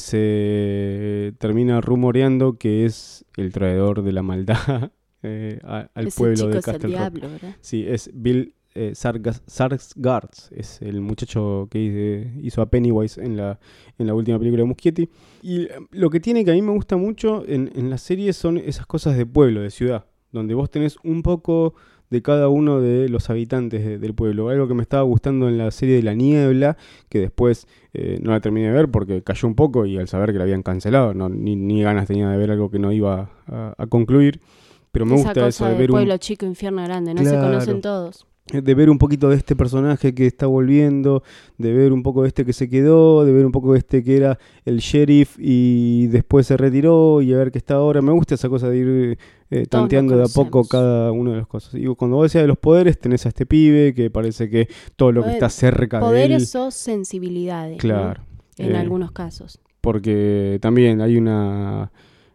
se termina rumoreando que es el traidor de la maldad eh, a- al Ese pueblo chico de es el Castle Rock. diablo, ¿verdad? Sí, es Bill eh, Sargas- Sarsgaard, es el muchacho que hice- hizo a Pennywise en la, en la última película de Muschietti. Y eh, lo que tiene que a mí me gusta mucho en, en la serie son esas cosas de pueblo, de ciudad, donde vos tenés un poco de cada uno de los habitantes de- del pueblo. Algo que me estaba gustando en la serie de La Niebla, que después eh, no la terminé de ver porque cayó un poco y al saber que la habían cancelado, no, ni, ni ganas tenía de ver algo que no iba a, a concluir. Pero me Esa gusta cosa eso de de ver un, pueblo chico, infierno grande, no se Claro. conocen todos. de ver un poquito de este personaje que está volviendo, de ver un poco de este que se quedó, de ver un poco de este que era el sheriff y después se retiró y a ver qué está ahora. Me gusta esa cosa de ir eh, Todos tanteando lo de a poco conocemos. cada una de las cosas. Y cuando vos decías de los poderes, tenés a este pibe que parece que todo lo que Poder- está cerca de él... Poderes o sensibilidades, ¿no? Claro. En eh, algunos casos. Porque también hay una...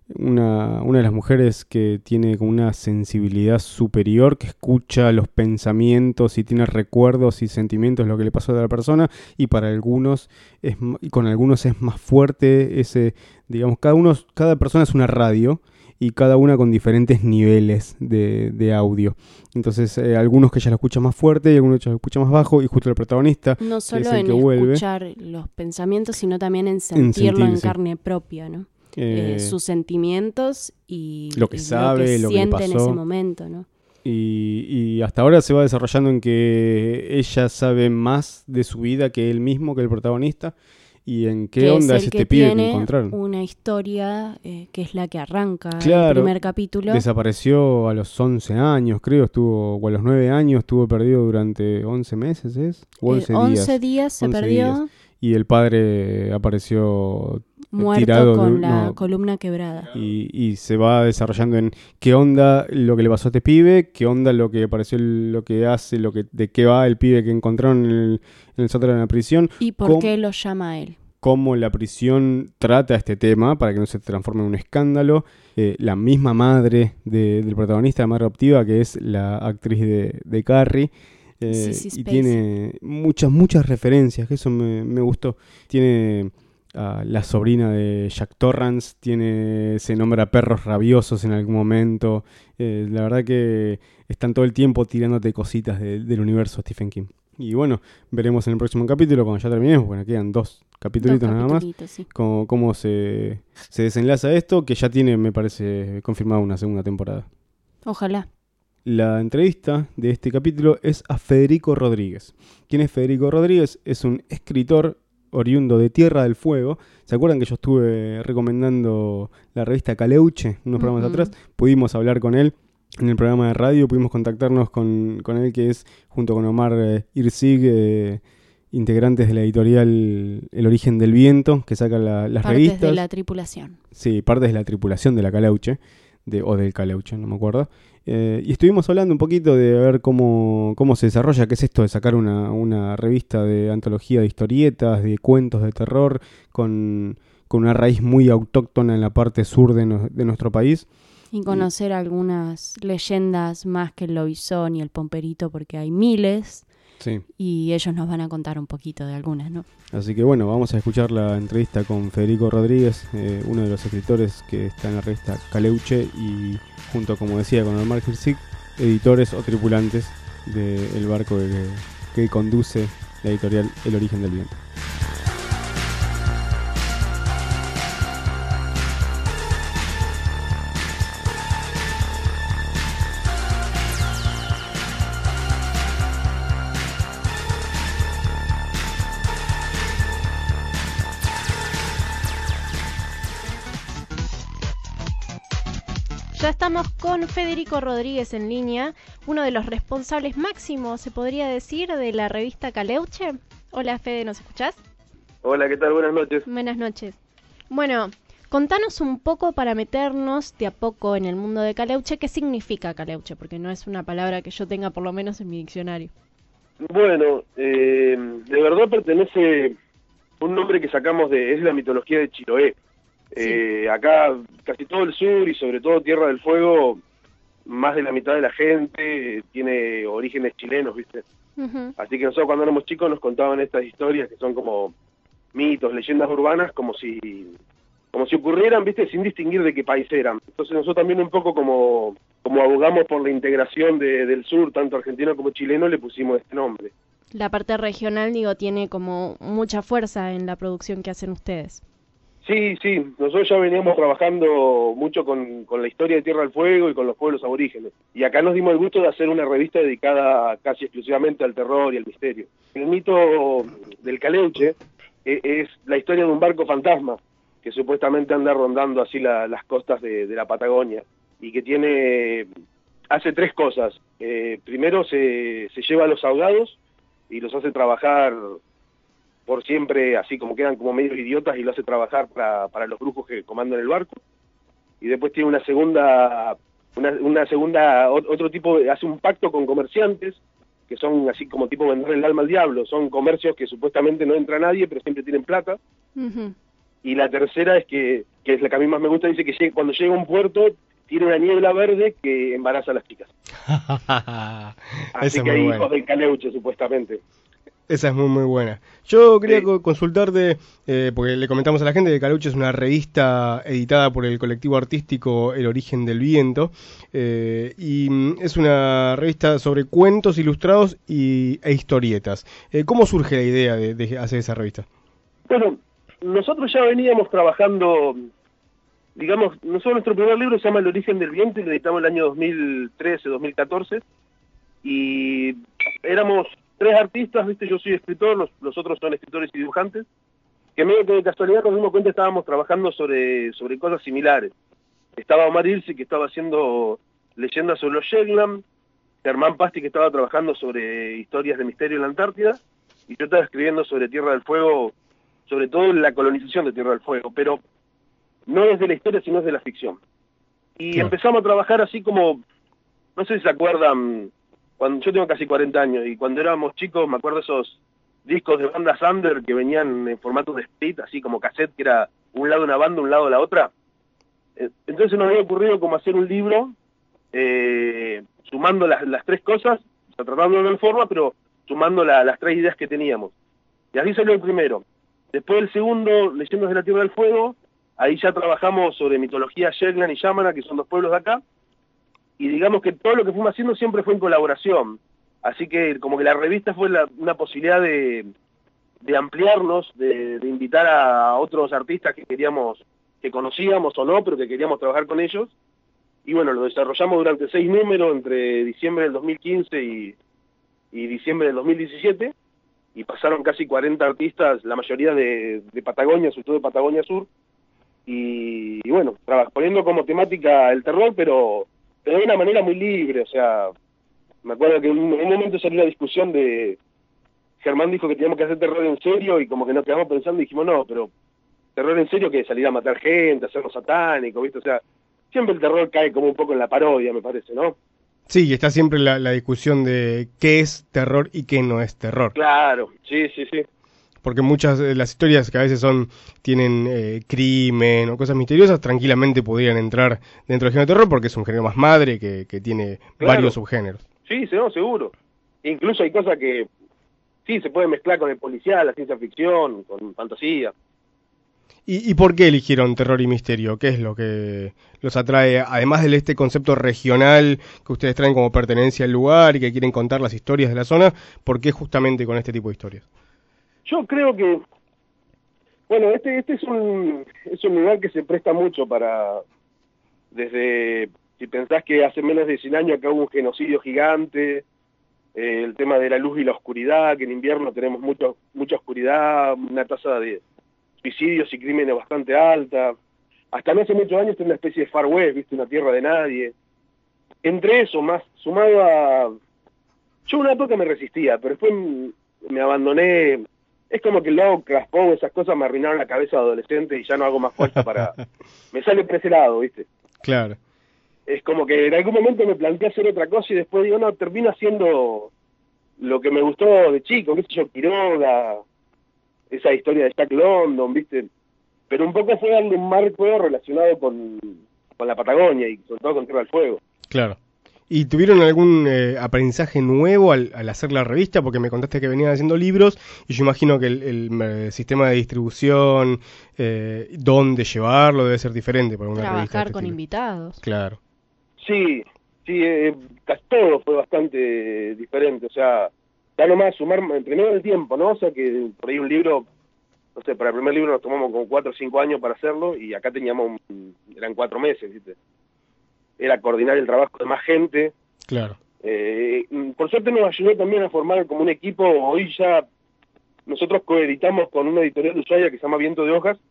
Una, una de las mujeres que tiene como una sensibilidad superior, que escucha los pensamientos y tiene recuerdos y sentimientos de lo que le pasó a la persona, y para algunos es m- y con algunos es más fuerte ese, digamos, cada uno, cada persona es una radio y cada una con diferentes niveles de, de audio. Entonces, eh, algunos que ella lo escucha más fuerte y algunos que ella lo escucha más bajo, y justo el protagonista, No solo el en que vuelve. escuchar los pensamientos, sino también en sentirlo en sentir, sí. carne propia, ¿no? Eh, eh, sus sentimientos y lo que y sabe, lo que le siente en pasó. ese momento, ¿no? Y, y hasta ahora se va desarrollando en que ella sabe más de su vida que él mismo, que el protagonista, y en qué Que onda es es, el este que pibe tiene que encontraron. una historia eh, que es la que arranca el Claro, primer capítulo. Desapareció a los once años, creo, estuvo, o a los nueve años, estuvo perdido durante once meses, ¿es? O Eh, once días. once días se once perdió, días. Y el padre apareció muerto tirado de con un- la no. columna quebrada. y, y se va desarrollando en qué onda lo que le pasó a este pibe, qué onda lo que pareció, lo que hace, lo que de qué va el pibe que encontraron en el, en el sótano de la prisión, ¿Y por ¿Cómo? qué lo llama a él? cómo la prisión trata este tema para que no se transforme en un escándalo. Eh, la misma madre de- del protagonista, la madre adoptiva, que es la actriz de, de Carrie. eh, Sissy y Spacek. tiene muchas, muchas referencias, que eso me, me gustó. Tiene a la sobrina de Jack Torrance, tiene, se nombra perros rabiosos en algún momento. Eh, la verdad que están todo el tiempo tirándote cositas de, del universo Stephen King. Y bueno, veremos en el próximo capítulo, cuando ya terminemos, bueno, quedan dos capítulos nada más, sí. cómo, cómo se, se desenlaza esto, que ya tiene, me parece, confirmado una segunda temporada. Ojalá. La entrevista de este capítulo es a Federico Rodríguez. ¿Quién es Federico Rodríguez? Es un escritor oriundo de Tierra del Fuego. ¿Se acuerdan que yo estuve recomendando la revista Caleuche unos programas uh-huh. atrás? Pudimos hablar con él en el programa de radio, pudimos contactarnos con, con él, que es, junto con Omar eh, Irzig, eh, integrantes de la editorial El Origen del Viento, que saca la, las partes revistas. Partes de la tripulación. Sí, partes de la tripulación de la Caleuche, de, o del Caleuche, no me acuerdo. Eh, y estuvimos hablando un poquito de ver cómo, cómo se desarrolla, qué es esto de sacar una, una revista de antología de historietas, de cuentos de terror, con, con una raíz muy autóctona en la parte sur de, no, de nuestro país. Y conocer y, algunas leyendas más que el lobizón y el pomperito, porque hay miles. Sí. Y ellos nos van a contar un poquito de algunas, ¿no? Así que bueno, vamos a escuchar la entrevista con Federico Rodríguez, eh, uno de los escritores que está en la revista Caleuche, y junto, como decía, con Omar Irzig, editores o tripulantes del barco que, que conduce la editorial El Origen del Viento. Ya estamos con Federico Rodríguez en línea, uno de los responsables máximos, se podría decir, de la revista Caleuche. Hola Fede, ¿nos escuchás? Hola, ¿qué tal? Buenas noches. Buenas noches. Bueno, contanos un poco para meternos de a poco en el mundo de Caleuche, ¿qué significa Caleuche? Porque no es una palabra que yo tenga por lo menos en mi diccionario. Bueno, eh, de verdad pertenece un nombre que sacamos de, es la mitología de Chiloé. Sí. Eh, acá casi todo el sur y sobre todo Tierra del Fuego, más de la mitad de la gente eh, tiene orígenes chilenos, ¿viste? Uh-huh. Así que nosotros cuando éramos chicos nos contaban estas historias que son como mitos, leyendas urbanas, como si como si ocurrieran, ¿viste? Sin distinguir de qué país eran. Entonces nosotros también un poco como, como abogamos por la integración de, del sur, tanto argentino como chileno, le pusimos este nombre. La parte regional, digo, tiene como mucha fuerza en la producción que hacen ustedes. Sí, sí, nosotros ya veníamos trabajando mucho con, con la historia de Tierra del Fuego y con los pueblos aborígenes. Y acá nos dimos el gusto de hacer una revista dedicada casi exclusivamente al terror y al misterio. El mito del Caleuche es, es la historia de un barco fantasma que supuestamente anda rondando así la, las costas de, de la Patagonia y que tiene hace tres cosas. Eh, primero se, se lleva a los ahogados y los hace trabajar por siempre, así como quedan como medios idiotas, y lo hace trabajar para, para los brujos que comandan el barco. Y después tiene una segunda, una, una segunda, otro tipo, de, hace un pacto con comerciantes, que son así como tipo vender el alma al diablo, son comercios que supuestamente no entra nadie, pero siempre tienen plata. Uh-huh. Y la tercera es que, que es la que a mí más me gusta, dice que llega, cuando llega a un puerto, tiene una niebla verde que embaraza a las chicas. Así que hay hijos del Caleuche, supuestamente. Esa es muy muy buena. Yo quería sí. consultarte, eh, porque le comentamos a la gente que Caleuche es una revista editada por el colectivo artístico El Origen del Viento, eh, y es una revista sobre cuentos ilustrados y, e historietas. Eh, ¿Cómo surge la idea de, de hacer esa revista? Bueno, nosotros ya veníamos trabajando, digamos, nosotros nuestro primer libro se llama El Origen del Viento y lo editamos el año dos mil trece, dos mil catorce, y éramos tres artistas, ¿viste? Yo soy escritor, los, los otros son escritores y dibujantes, que medio que de casualidad nos dimos cuenta estábamos trabajando sobre, sobre cosas similares. Estaba Omar Irzig, que estaba haciendo leyendas sobre los Shetland, Germán Pasti, que estaba trabajando sobre historias de misterio en la Antártida, y yo estaba escribiendo sobre Tierra del Fuego, sobre todo la colonización de Tierra del Fuego, pero no desde la historia, sino desde la ficción. Y sí. empezamos a trabajar así como, no sé si se acuerdan, cuando yo tengo casi cuarenta años, y cuando éramos chicos, me acuerdo esos discos de bandas under que venían en formato de split, así como cassette, que era un lado una banda, un lado la otra. Entonces nos había ocurrido como hacer un libro, eh, sumando las, las tres cosas, o sea, tratando de una forma, pero sumando la, las tres ideas que teníamos. Y así salió el primero. Después del segundo, Leyendas de la Tierra del Fuego, ahí ya trabajamos sobre mitología Yeglan y Yamana, que son dos pueblos de acá, y digamos que todo lo que fuimos haciendo siempre fue en colaboración. Así que como que la revista fue la, una posibilidad de, de ampliarnos, de, de invitar a otros artistas que queríamos, que conocíamos o no, pero que queríamos trabajar con ellos. Y bueno, lo desarrollamos durante seis números, entre diciembre del dos mil quince y, y diciembre del dos mil diecisiete, y pasaron casi cuarenta artistas, la mayoría de, de Patagonia, sobre todo de Patagonia Sur, y, y bueno, poniendo como temática el terror, pero, pero de una manera muy libre. O sea, me acuerdo que en un, en un momento salió la discusión de, Germán dijo que teníamos que hacer terror en serio, y como que nos quedamos pensando y dijimos, no, pero terror en serio que salir a matar gente, hacerlo satánico, ¿viste? O sea, siempre el terror cae como un poco en la parodia, me parece, ¿no? Sí, y está siempre la, la discusión de qué es terror y qué no es terror. Claro, sí, sí, sí. Porque muchas de las historias que a veces son tienen eh, crimen o cosas misteriosas, tranquilamente podrían entrar dentro del género de terror, porque es un género más madre que, que tiene Claro. varios subgéneros. Sí, sí, no, seguro. Incluso hay cosas que sí se pueden mezclar con el policial, la ciencia ficción, con fantasía. ¿Y, ¿Y por qué eligieron terror y misterio? ¿Qué es lo que los atrae? Además de este concepto regional que ustedes traen como pertenencia al lugar y que quieren contar las historias de la zona, ¿por qué justamente con este tipo de historias? Yo creo que, bueno, este este es un es un lugar que se presta mucho para, desde, si pensás que hace menos de cien años acá hubo un genocidio gigante, eh, el tema de la luz y la oscuridad, que en invierno tenemos mucho, mucha oscuridad, una tasa de suicidios y crímenes bastante alta. Hasta no hace muchos años era una especie de Far West, ¿viste? Una tierra de nadie. Entre eso, más sumado a... Yo una época me resistía, pero después me abandoné. Es como que Lovecraft, Poe, esas cosas me arruinaron la cabeza de adolescente y ya no hago más fuerza para... Me sale por ese lado, ¿viste? Claro. Es como que en algún momento me planteé hacer otra cosa y después digo, no, termino haciendo lo que me gustó de chico, qué sé yo, Quiroga, esa historia de Jack London, ¿viste? Pero un poco fue darle un marco relacionado con, con la Patagonia y sobre todo con Tierra del Fuego. Claro. ¿Y tuvieron algún eh, aprendizaje nuevo al, al hacer la revista? Porque me contaste que venían haciendo libros y yo imagino que el, el, el sistema de distribución, eh, dónde llevarlo, debe ser diferente para una revista. de Trabajar este con estilo. invitados. Claro. Sí, sí, eh, casi todo fue bastante diferente. O sea, ya nomás sumar, primero el tiempo, ¿no? O sea, que por ahí un libro, no sé, para el primer libro nos tomamos como cuatro o cinco años para hacerlo y acá teníamos, un, eran cuatro meses, ¿viste? Era coordinar el trabajo de más gente. Claro. Eh, por suerte nos ayudó también a formar como un equipo. Hoy ya nosotros coeditamos con una editorial de Ushuaia que se llama Viento de Hojas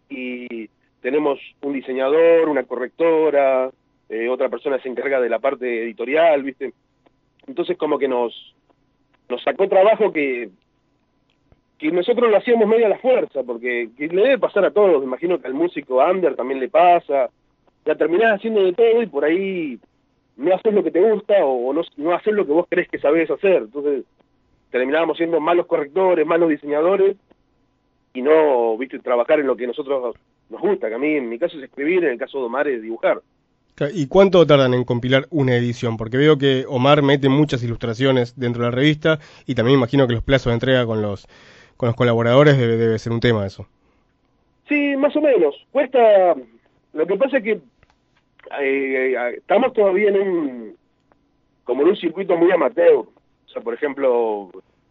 y tenemos un diseñador, una correctora, eh, otra persona se encarga de la parte editorial, ¿viste? Entonces como que nos nos sacó trabajo que que nosotros lo hacíamos medio a la fuerza, porque que le debe pasar a todos. Me imagino que al músico under también le pasa. Ya terminás haciendo de todo y por ahí no haces lo que te gusta o no, no haces lo que vos crees que sabés hacer. Entonces terminábamos siendo malos correctores, malos diseñadores y no, viste, trabajar en lo que nosotros nos gusta, que a mí en mi caso es escribir, en el caso de Omar es dibujar. ¿Y cuánto tardan en compilar una edición? Porque veo que Omar mete muchas ilustraciones dentro de la revista y también imagino que los plazos de entrega con los con los colaboradores debe, debe ser un tema eso. Sí, más o menos. Cuesta... Lo que pasa es que eh, estamos todavía en un, como en un circuito muy amateur. O sea, por ejemplo,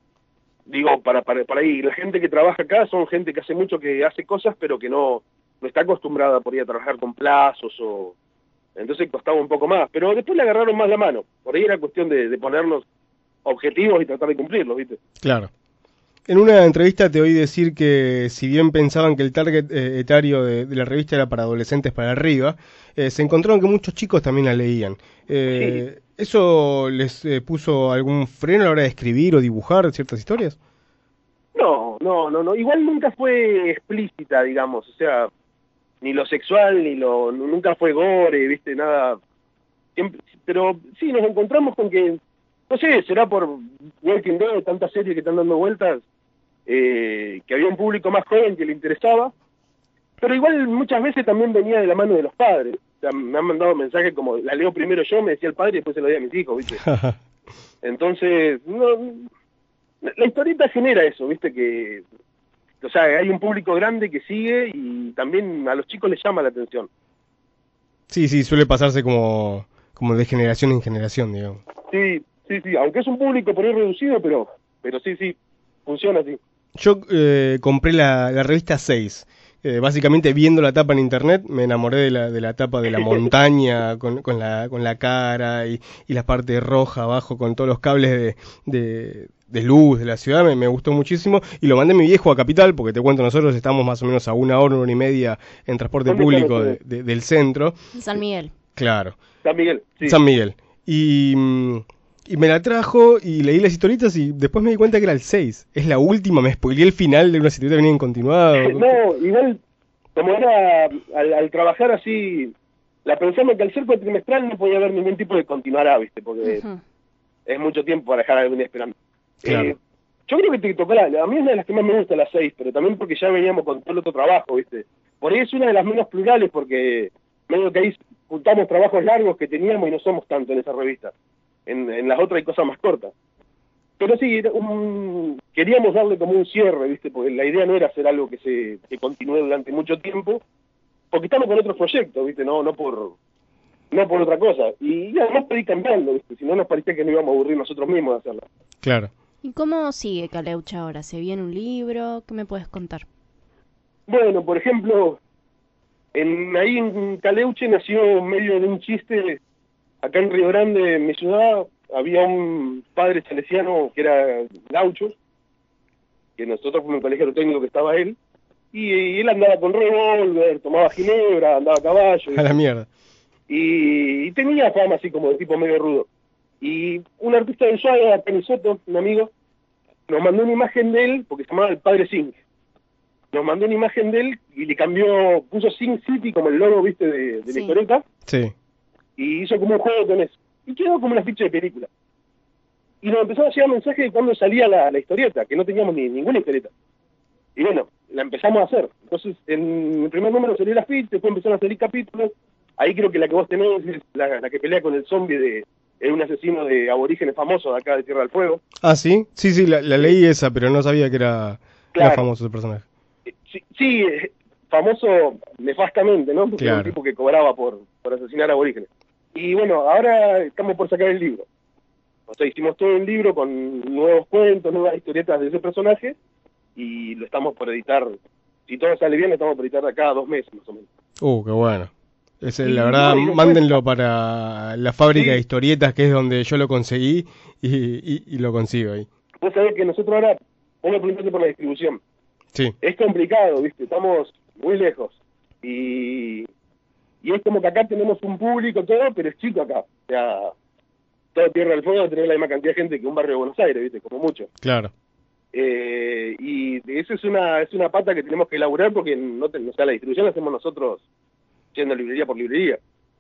digo, para, para, para ahí, la gente que trabaja acá son gente que hace mucho que hace cosas, pero que no, no está acostumbrada por ahí a trabajar con plazos o... Entonces costaba un poco más, pero después le agarraron más la mano. Por ahí era cuestión de, de ponernos objetivos y tratar de cumplirlos, ¿viste? Claro. En una entrevista te oí decir que si bien pensaban que el target eh, etario de, de la revista era para adolescentes para arriba, eh, se encontraron que muchos chicos también la leían. Eh, sí. ¿Eso les eh, puso algún freno a la hora de escribir o dibujar ciertas historias? No, no, no, no. Igual nunca fue explícita, digamos. O sea, ni lo sexual, ni lo... Nunca fue gore, ¿viste? Nada... Siempre, pero sí, nos encontramos con que... No sé, será por Walking Dead, tantas series que están dando vueltas, eh, que había un público más joven que le interesaba, pero igual muchas veces también venía de la mano de los padres. O sea, me han mandado mensajes como, la leo primero yo, me decía el padre, y después se lo di a mis hijos, ¿viste? Entonces, no, la historieta genera eso, ¿viste? Que, o sea, hay un público grande que sigue y también a los chicos les llama la atención. Sí, sí, suele pasarse como, como de generación en generación, digamos. Sí, sí, sí, aunque es un público por ahí reducido, pero, pero sí, sí, funciona así. Yo eh, compré la, la revista seis. Eh, básicamente viendo la tapa en internet me enamoré de la, de la tapa de la montaña con, con, la, con la cara y, y la parte roja abajo con todos los cables de, de, de luz de la ciudad. Me, me gustó muchísimo y lo mandé a mi viejo a Capital, porque te cuento, nosotros estamos más o menos a una hora, una hora y media en transporte público de, de, del centro. San Miguel. Claro. San Miguel, sí. San Miguel. Y... Y me la trajo y leí las historietas y después me di cuenta que era el seis. Es la última, me spoileé el final de una historieta que venía en continuado. No, igual, como era, al, al trabajar así, la pensamos que al ser trimestral no podía haber ningún tipo de continuará, ¿viste? Porque uh-huh. es mucho tiempo para dejar a alguien esperando. Claro. Eh, yo creo que te tocó la, a mí es una de las que más me gusta, la seis, pero también porque ya veníamos con todo el otro trabajo, ¿viste? Por ahí es una de las menos plurales porque medio que ahí juntamos trabajos largos que teníamos y no somos tanto en esa revista. En, en las otras hay cosas más cortas. Pero sí, un, queríamos darle como un cierre, ¿viste? Porque la idea no era hacer algo que se que continúe durante mucho tiempo, porque estamos con otros proyectos, ¿viste? No no por no por otra cosa. Y además pedí cambiando, ¿viste? Si no nos parecía que no íbamos a aburrir nosotros mismos de hacerla. Claro. ¿Y cómo sigue Caleuche ahora? ¿Se viene un libro? ¿Qué me puedes contar? Bueno, por ejemplo, en, ahí en Caleuche nació medio de un chiste. Acá en Río Grande, en mi ciudad, había un padre salesiano que era gaucho, que nosotros fuimos un colegio técnico que estaba él, y, y él andaba con revólver, tomaba ginebra, andaba a caballo. A la mierda. Y, y tenía fama así como de tipo medio rudo. Y un artista de Ushuaia, Penisoto, un amigo, nos mandó una imagen de él, porque se llamaba el Padre Zinc. Nos mandó una imagen de él y le cambió, puso Zinc City como el logo, ¿viste?, de, de sí. la historieta. Sí. Y hizo como un juego con eso. Y quedó como una ficha de película. Y nos empezó a llegar mensajes de cuando salía la, la historieta, que no teníamos ni ninguna historieta. Y bueno, la empezamos a hacer. Entonces, en el primer número salió la ficha, después empezaron a salir capítulos. Ahí creo que la que vos tenés es la, la que pelea con el zombie de... Es un asesino de aborígenes famoso de acá de Tierra del Fuego. Ah, ¿sí? Sí, sí, la, la leí esa, pero no sabía que era, claro. era famoso ese personaje. Sí, sí, famoso nefastamente, ¿no? Porque claro. era un tipo que cobraba por, por asesinar aborígenes. Y bueno, ahora estamos por sacar el libro. O sea, hicimos todo un libro con nuevos cuentos, nuevas historietas de ese personaje, y lo estamos por editar. Si todo sale bien, lo estamos por editar de acá a dos meses, más o menos. Uh, qué bueno. Ese, la verdad, no, mándenlo para la fábrica sí. de historietas, que es donde yo lo conseguí, y, y, y lo consigo ahí. Vos sabés que nosotros ahora, vamos a preguntarte por la distribución. Sí. Es complicado, ¿viste? Estamos muy lejos. Y... Y es como que acá tenemos un público, todo, pero es chico acá. O sea, toda Tierra del Fuego tiene la misma cantidad de gente que un barrio de Buenos Aires, ¿viste? Como mucho. Claro. Eh, y eso es una es una pata que tenemos que elaborar porque no te, o sea, la distribución la hacemos nosotros yendo librería por librería.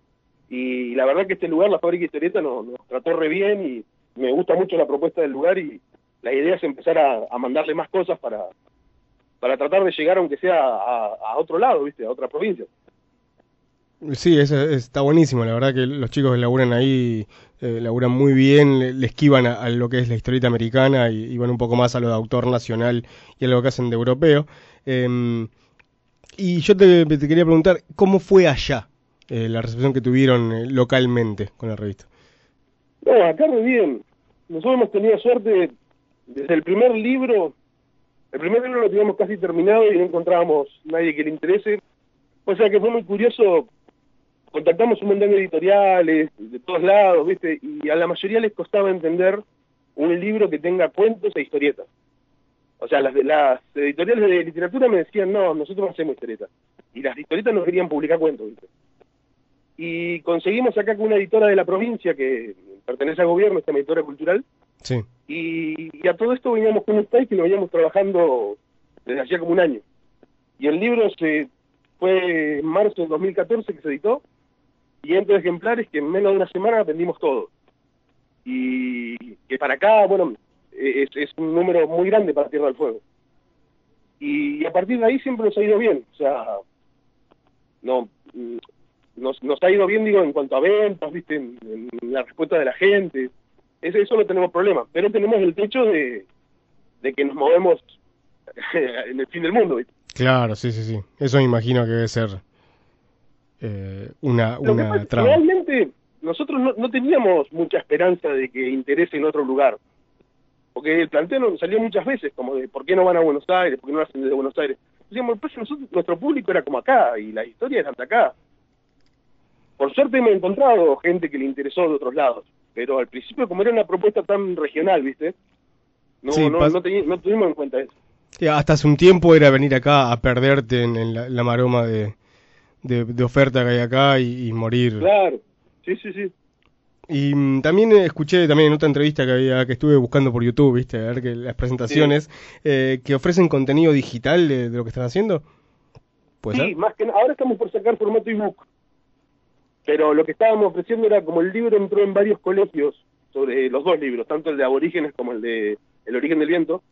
Y la verdad que este lugar, la Fábrica de Historieta, nos, nos trató re bien y me gusta mucho la propuesta del lugar y la idea es empezar a, a mandarle más cosas para, para tratar de llegar, aunque sea a, a otro lado, ¿viste? A otra provincia. Sí, eso está buenísimo, la verdad que los chicos que laburan ahí eh, laburan muy bien, le, le esquivan a, a lo que es la historieta americana y, y van un poco más a lo de autor nacional y a lo que hacen de europeo. Eh, y yo te, te quería preguntar, ¿cómo fue allá eh, la recepción que tuvieron eh, localmente con la revista? No, acá muy bien. Nosotros hemos tenido suerte desde el primer libro. El primer libro lo teníamos casi terminado y no encontrábamos nadie que le interese. O sea que fue muy curioso. Contactamos un montón de editoriales de todos lados, ¿viste? Y a la mayoría les costaba entender un libro que tenga cuentos e historietas. O sea, las, las editoriales de literatura me decían, no, nosotros no hacemos historietas. Y las historietas no querían publicar cuentos, ¿viste? Y conseguimos acá con una editora de la provincia que pertenece al gobierno, esta editora cultural. Sí. Y, y a todo esto veníamos con un style que lo veníamos trabajando desde hacía como un año. Y el libro se fue en marzo del dos mil catorce que se editó. Y entre ejemplares que en menos de una semana vendimos todo. Y que para acá, bueno, es, es un número muy grande para Tierra del Fuego. Y a partir de ahí siempre nos ha ido bien. O sea, no nos, nos ha ido bien, digo, en cuanto a ventas, ¿viste? En, en la respuesta de la gente. Eso, eso no tenemos problema. Pero tenemos el techo de, de que nos movemos en el fin del mundo, ¿viste? Claro, sí, sí, sí. Eso me imagino que debe ser eh, una, Lo que una pasa es que trama. realmente nosotros no, no teníamos mucha esperanza de que interese en otro lugar. Porque el planteo nos salió muchas veces, como de ¿por qué no van a Buenos Aires? ¿Por qué no lo hacen desde Buenos Aires? Decíamos, pues nosotros, nuestro público era como acá, y la historia era de acá. Por suerte me he encontrado gente que le interesó de otros lados, pero al principio como era una propuesta tan regional, ¿viste? No, Sí, no, pas- no, teni- no tuvimos en cuenta eso. Sí, hasta hace un tiempo era venir acá a perderte en, en la, la maroma de, de, de oferta que hay acá y, y morir. Claro, sí, sí, sí. Y mm, también eh, escuché también en otra entrevista que había que estuve buscando por YouTube, viste, a ver que las presentaciones eh, que ofrecen contenido digital de, de lo que están haciendo. ¿Puede Sí, ser? más que nada, ahora estamos por sacar formato ebook. Pero lo que estábamos ofreciendo era como el libro entró en varios colegios, sobre los dos libros, tanto el de Aborígenes como el de El origen del viento,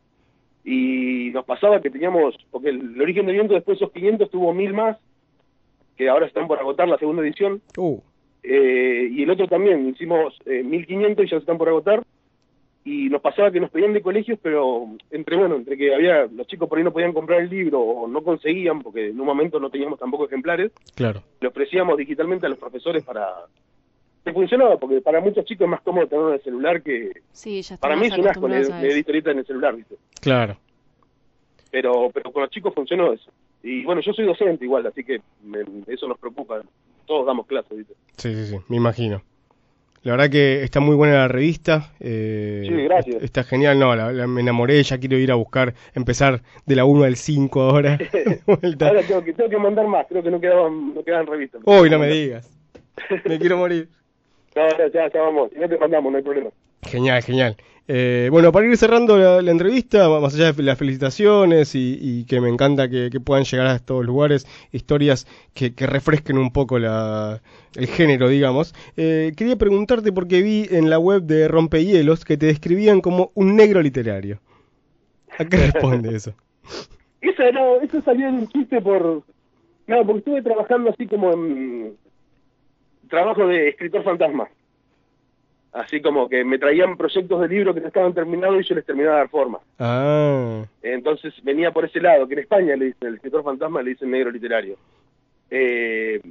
y nos pasaba que teníamos, porque el, el origen del viento después de esos quinientos tuvo mil más, que ahora están por agotar la segunda edición, Uh, eh, y el otro también, hicimos eh, mil quinientos y ya se están por agotar, y nos pasaba que nos pedían de colegios, pero entre bueno, entre que había los chicos por ahí no podían comprar el libro o no conseguían, porque en un momento no teníamos tampoco ejemplares, claro. le ofrecíamos digitalmente a los profesores para que funcionaba, porque para muchos chicos es más cómodo tener en el celular que... Sí, ya Para mí estamos es un asco leer, acostumbrados a leer eso. historietas en el celular, ¿viste? Claro. Pero, pero con los chicos funcionó eso. Y bueno, yo soy docente igual, así que me- eso nos preocupa. Todos damos clases, ¿viste? Sí, sí, sí, me imagino. La verdad que está muy buena la revista. eh, Sí, gracias. est- Está genial, no, la- la- me enamoré, ya quiero ir a buscar, empezar de la uno al cinco ahora. de vuelta. Ahora tengo que, tengo que mandar más, creo que no quedaban, no quedaban revistas. Uy, no me digas. Me quiero morir. No, no, ya, ya vamos, si no te mandamos, no hay problema. Genial, genial. Eh, bueno, para ir cerrando la, la entrevista, más allá de las felicitaciones y, y que me encanta que, que puedan llegar a estos lugares, historias que, que refresquen un poco la, el género, digamos, eh, quería preguntarte porque vi en la web de Rompehielos que te describían como un negro literario. ¿A qué responde eso? Eso no, eso salió de un chiste por... No, porque estuve trabajando así como en... Trabajo de escritor fantasma. Así como que me traían proyectos de libros que no estaban terminados y yo les terminaba de dar forma. Ah, Entonces venía por ese lado, que en España le dicen, el escritor fantasma le dicen negro literario. Eh,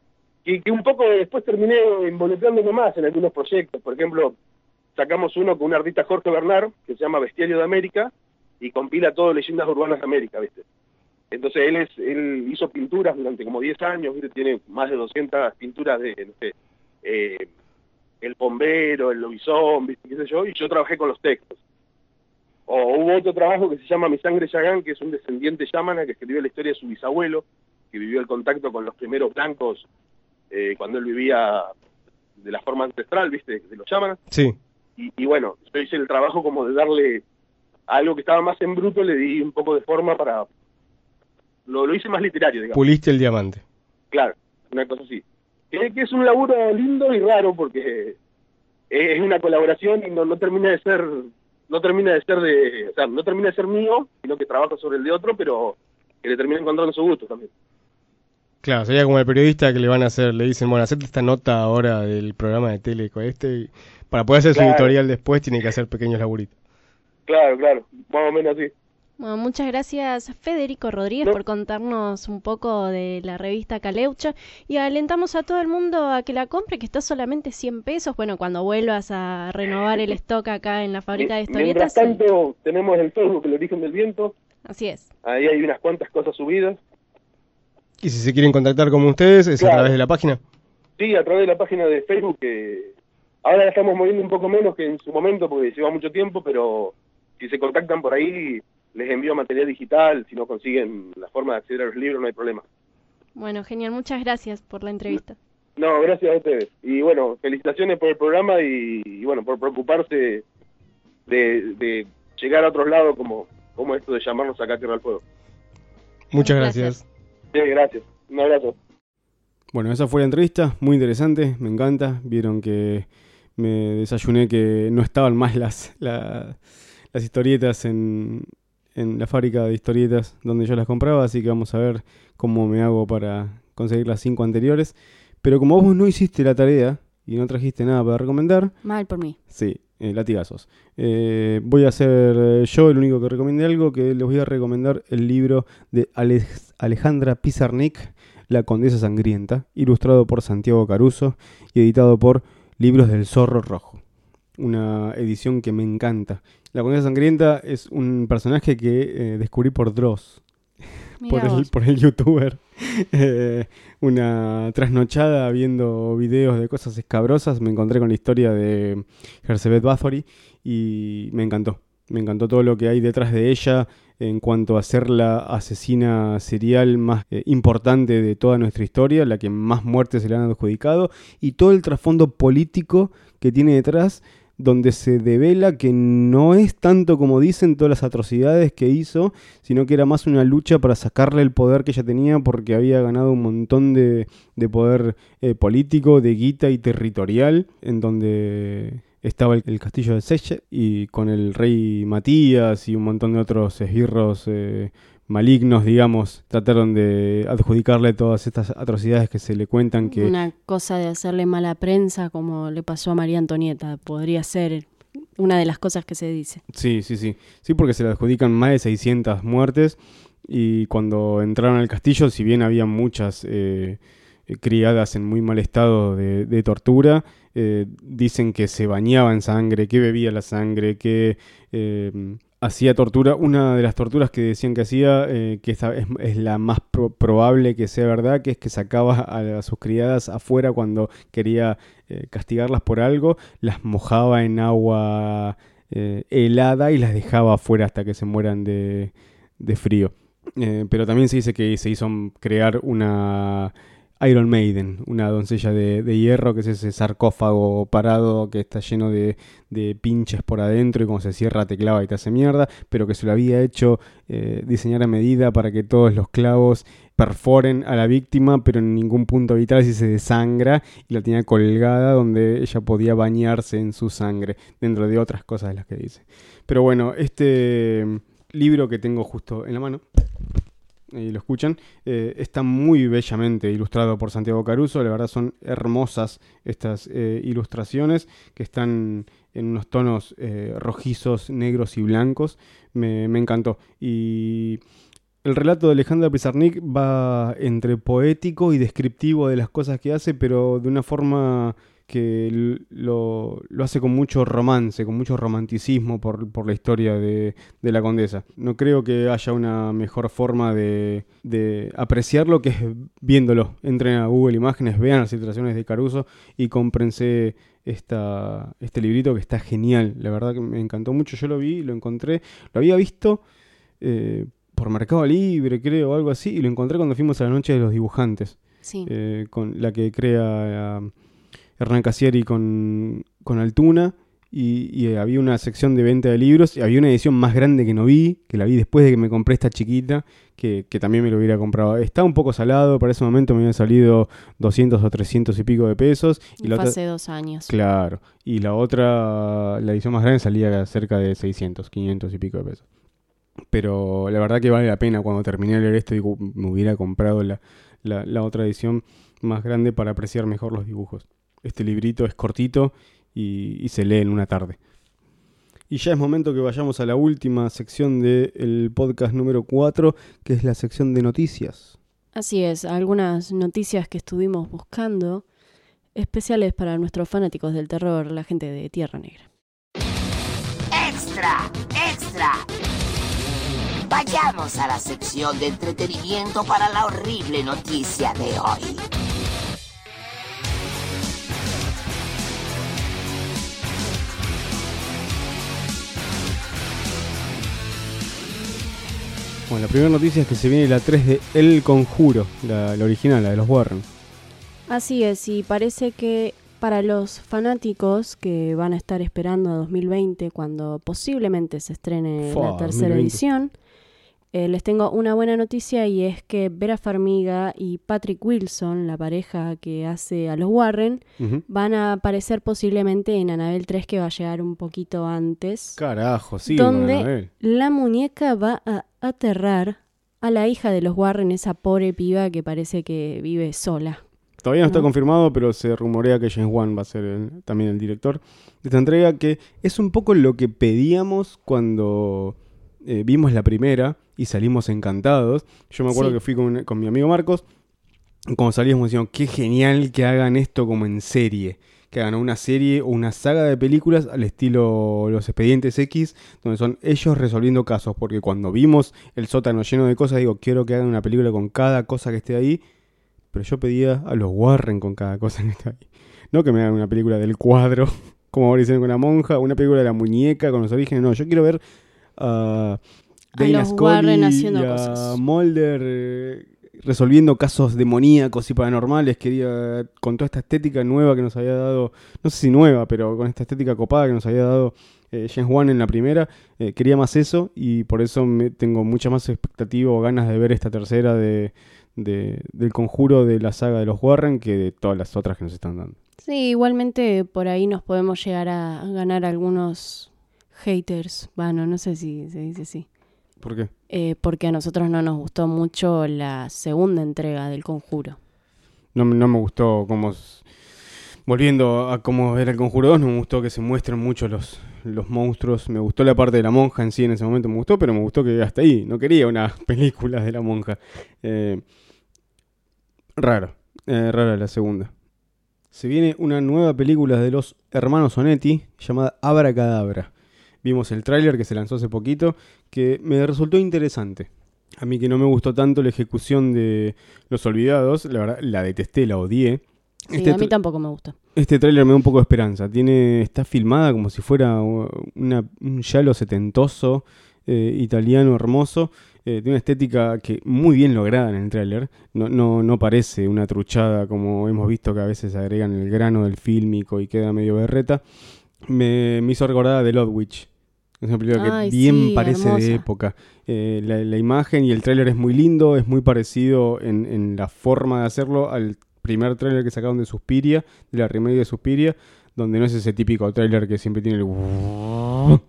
y que un poco después terminé involucrándome más en algunos proyectos. Por ejemplo, sacamos uno con un artista, Jorge Bernard, que se llama Bestiario de América, y compila todo Leyendas Urbanas de América, ¿viste? Entonces él es él hizo pinturas durante como diez años, ¿viste? Tiene más de doscientas pinturas de, no sé, eh, el bombero, el lobizón, ¿viste? Qué sé yo, y yo trabajé con los textos. O hubo otro trabajo que se llama Mi Sangre Yagán, que es un descendiente yámana que escribió la historia de su bisabuelo, que vivió el contacto con los primeros blancos eh, cuando él vivía de la forma ancestral, ¿viste? De los yámanas. sí. Y, y bueno, yo hice el trabajo como de darle a algo que estaba más en bruto, le di un poco de forma para... Lo, lo hice más literario, digamos. Puliste el diamante. Claro, una cosa así. Que, que es un laburo lindo y raro porque es una colaboración y no, no termina de ser... No termina de ser de... O sea, no termina de ser mío, sino que trabajo sobre el de otro, pero que le termina encontrando su gusto también. Claro, sería como el periodista que le van a hacer, le dicen, bueno, hacete esta nota ahora del programa de tele con este, y para poder hacer su Claro. editorial después tiene que hacer pequeños laburitos. Claro, claro, más o menos así. Bueno, muchas gracias Federico Rodríguez No. por contarnos un poco de la revista Caleuche y alentamos a todo el mundo a que la compre, que está solamente cien pesos. Bueno, cuando vuelvas a renovar el stock acá en la fábrica de Mientras historietas. tanto, tenemos el Facebook, El Origen del Viento. Así es. Ahí hay unas cuantas cosas subidas. Y si se quieren contactar con ustedes, es a Claro. través de la página. Sí, a través de la página de Facebook, que ahora la estamos moviendo un poco menos que en su momento porque lleva mucho tiempo, pero si se contactan por ahí, les envío material digital. Si no consiguen la forma de acceder a los libros, no hay problema. Bueno, genial. Muchas gracias por la entrevista. No, gracias a ustedes. Y bueno, felicitaciones por el programa y, y bueno, por preocuparse de, de llegar a otros lados como, como esto de llamarnos acá a Tierra del Fuego. Muchas Un placer. gracias. Sí, gracias. Un abrazo. Bueno, esa fue la entrevista, muy interesante, me encanta. Vieron que me desayuné que no estaban más las, la- las historietas en, en la fábrica de historietas donde yo las compraba, así que vamos a ver cómo me hago para conseguir las cinco anteriores. Pero como vos no hiciste la tarea y no trajiste nada para recomendar, Mal por mí. sí, eh, latigazos. Eh, voy a ser yo el único que recomiende algo, que les voy a recomendar el libro de Ale- Alejandra Pizarnik, La Condesa Sangrienta, ilustrado por Santiago Caruso y editado por Libros del Zorro Rojo. Una edición que me encanta. La Condesa Sangrienta es un personaje que eh, descubrí por Dross. Por el, por el youtuber. eh, una trasnochada viendo videos de cosas escabrosas. Me encontré con la historia de Elizabeth Bathory y me encantó. Me encantó todo lo que hay detrás de ella en cuanto a ser la asesina serial más eh, importante de toda nuestra historia, la que más muertes se le han adjudicado, y todo el trasfondo político que tiene detrás, donde se devela que no es tanto como dicen todas las atrocidades que hizo, sino que era más una lucha para sacarle el poder que ella tenía, porque había ganado un montón de, de poder eh, político, de guita y territorial, en donde estaba el, el castillo de Seche, y con el rey Matías y un montón de otros esbirros eh, malignos, digamos, trataron de adjudicarle todas estas atrocidades que se le cuentan que... Una cosa de hacerle mala prensa, como le pasó a María Antonieta, podría ser una de las cosas que se dice. Sí, sí, sí. Sí, porque se le adjudican más de seiscientas muertes, y cuando entraron al castillo, si bien había muchas eh, criadas en muy mal estado de, de tortura, eh, dicen que se bañaba en sangre, que bebía la sangre, que... Eh, hacía tortura. Una de las torturas que decían que hacía, eh, que esta es, es la más pro- probable que sea verdad, que es que sacaba a, a sus criadas afuera cuando quería eh, castigarlas por algo, las mojaba en agua eh, helada y las dejaba afuera hasta que se mueran de, de frío. Eh, pero también se dice que se hizo crear una Iron Maiden, una doncella de, de hierro, que es ese sarcófago parado que está lleno de, de pinches por adentro, y cuando se cierra te clava y te hace mierda, pero que se lo había hecho eh, diseñar a medida para que todos los clavos perforen a la víctima, pero en ningún punto vital, si se desangra, y la tenía colgada donde ella podía bañarse en su sangre, dentro de otras cosas de las que dice. Pero bueno, este libro que tengo justo en la mano, y lo escuchan, eh, está muy bellamente ilustrado por Santiago Caruso. La verdad son hermosas estas eh, ilustraciones, que están en unos tonos eh, rojizos, negros y blancos. Me, me encantó. Y el relato de Alejandra Pizarnik va entre poético y descriptivo de las cosas que hace, pero de una forma que lo, lo hace con mucho romance, con mucho romanticismo por, por la historia de, de la condesa. No creo que haya una mejor forma de, de apreciarlo que es viéndolo. Entren a Google Imágenes, vean las ilustraciones de Caruso y cómprense esta, este librito que está genial. La verdad que me encantó mucho. Yo lo vi, lo encontré, lo había visto eh, por Mercado Libre, creo, o algo así, y lo encontré cuando fuimos a la Noche de los Dibujantes. Sí. Eh, con la que crea... Uh, Hernán Casieri con, con Altuna, y, y había una sección de venta de libros, y había una edición más grande que no vi, que la vi después de que me compré esta chiquita, que, que también me lo hubiera comprado. Está un poco salado, para ese momento me habían salido doscientos o trescientos y pico de pesos. Y la Fue otra, hace dos años. Claro, y la otra, la edición más grande salía cerca de seiscientos, quinientos y pico de pesos. Pero la verdad que vale la pena. Cuando terminé de leer esto, digo, me hubiera comprado la, la, la otra edición más grande para apreciar mejor los dibujos. Este librito es cortito y, y se lee en una tarde. Y ya es momento que vayamos a la última sección del podcast número cuatro, que es la sección de noticias. Así es, algunas noticias que estuvimos buscando, especiales para nuestros fanáticos del terror, la gente de Tierra Negra. ¡Extra! ¡Extra! Vayamos a la sección de entretenimiento para la horrible noticia de hoy. Bueno, la primera noticia es que se viene la tres de El Conjuro, la, la original, la de los Warren. Así es, y parece que para los fanáticos que van a estar esperando a dos mil veinte, cuando posiblemente se estrene Fua, la tercera dos mil veinte. edición, eh, les tengo una buena noticia, y es que Vera Farmiga y Patrick Wilson, la pareja que hace a los Warren, Uh-huh. van a aparecer posiblemente en Annabelle tres, que va a llegar un poquito antes. Carajo, sí. Donde la muñeca va a aterrar a la hija de los Warren, esa pobre piba que parece que vive sola. Todavía no está ¿no? confirmado, pero se rumorea que James Wan va a ser el- también el director de esta entrega, que es un poco lo que pedíamos cuando eh, vimos la primera y salimos encantados. Yo me acuerdo Sí. que fui con, con mi amigo Marcos, y cuando salíamos decíamos, qué genial que hagan esto como en serie. Que hagan una serie o una saga de películas al estilo Los Expedientes X, donde son ellos resolviendo casos. Porque cuando vimos el sótano lleno de cosas, digo, quiero que hagan una película con cada cosa que esté ahí. Pero yo pedía a los Warren con cada cosa que está ahí. No que me hagan una película del cuadro, como ahora hicieron con la monja, una película de la muñeca con los orígenes. No, yo quiero ver a Dana los Scully Warren haciendo y a cosas. Mulder eh, resolviendo casos demoníacos y paranormales. Quería, con toda esta estética nueva que nos había dado, no sé si nueva, pero con esta estética copada que nos había dado eh, James Wan en la primera, eh, quería más eso y por eso me tengo mucha más expectativa o ganas de ver esta tercera de, de- del Conjuro de la saga de los Warren que de todas las otras que nos están dando. Sí, igualmente por ahí nos podemos llegar a ganar algunos haters. Bueno, no sé si se dice así. ¿Por qué? Eh, porque a nosotros no nos gustó mucho la segunda entrega del Conjuro. No, me- no me gustó cómo... s- Volviendo a cómo era el Conjuro dos, no me gustó que se muestren mucho los, los monstruos. Me gustó la parte de la monja en sí, en ese momento me gustó, pero me gustó que hasta ahí. No quería una película de la monja. Eh, raro, eh, rara la segunda. Se viene una nueva película de los hermanos Sonetti llamada Abracadabra. Vimos el tráiler que se lanzó hace poquito, que me resultó interesante. A mí que no me gustó tanto la ejecución de Los Olvidados, la verdad la detesté, la odié. Sí, Este a mí tra- tampoco me gustó. Este tráiler me da un poco de esperanza. Tiene, está filmada como si fuera una, un giallo setentoso, eh, italiano hermoso. Eh, tiene una estética que muy bien lograda en el tráiler. No, no, no parece una truchada como hemos visto que a veces agregan el grano del fílmico y queda medio berreta. Me, me hizo recordar a The Lost Witch. Es una película Ay, que bien sí, parece de hermosa. época. Eh, la, la imagen y el tráiler es muy lindo, es muy parecido en, en la forma de hacerlo al primer tráiler que sacaron de Suspiria, de la remake de Suspiria, donde no es ese típico tráiler que siempre tiene el...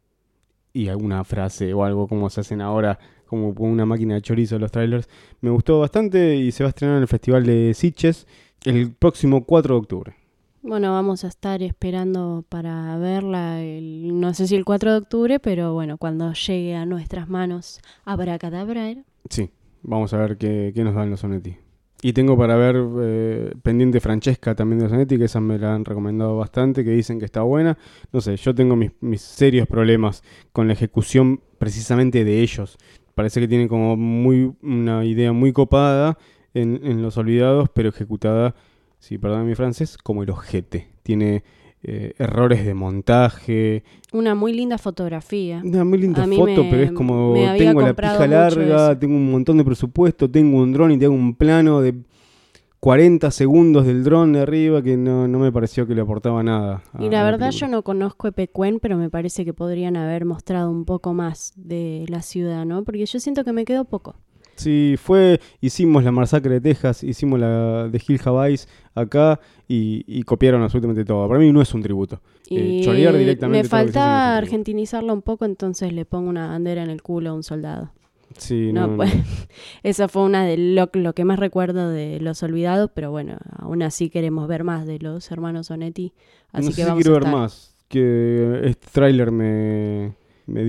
y alguna frase o algo como se hacen ahora, como con una máquina de chorizo los trailers. Me gustó bastante y se va a estrenar en el Festival de Sitges el próximo cuatro de octubre. Bueno, vamos a estar esperando para verla, el, no sé si el cuatro de octubre, pero bueno, cuando llegue a nuestras manos Abracadabra. Sí, vamos a ver qué, qué nos dan los Sonetti. Y tengo para ver eh, pendiente Francesca también de los Sonetti, que esa me la han recomendado bastante, que dicen que está buena. No sé, yo tengo mis, mis serios problemas con la ejecución precisamente de ellos. Parece que tienen como muy una idea muy copada en, en Los Olvidados, pero ejecutada, si perdón mi francés, como el ojete. Tiene eh, errores de montaje, Una muy linda fotografía. una muy linda A mí foto, me- pero es como me había tengo la comprado pija mucho larga, eso. tengo un montón de presupuesto, tengo un dron y te hago un plano de cuarenta segundos del dron de arriba que no, no me pareció que le aportaba nada. a- Y la a verdad yo película. no conozco Epecuén, pero me parece que podrían haber mostrado un poco más de la ciudad, ¿no? Porque yo siento que me quedó poco. Sí, fue, hicimos la masacre de Texas, hicimos la de Hill Havais acá y, y copiaron absolutamente todo. Para mí no es un tributo. Eh, Y chorear directamente me todo lo que se hace no es un falta tributo. argentinizarla un poco, entonces le pongo una bandera en el culo a un soldado. Sí, No, no, pues, no. esa fue una de lo, lo que más recuerdo de Los Olvidados, pero bueno, aún así queremos ver más de los hermanos Sonetti, así no que sé si vamos quiero a ver estar. más. Que este tráiler me, me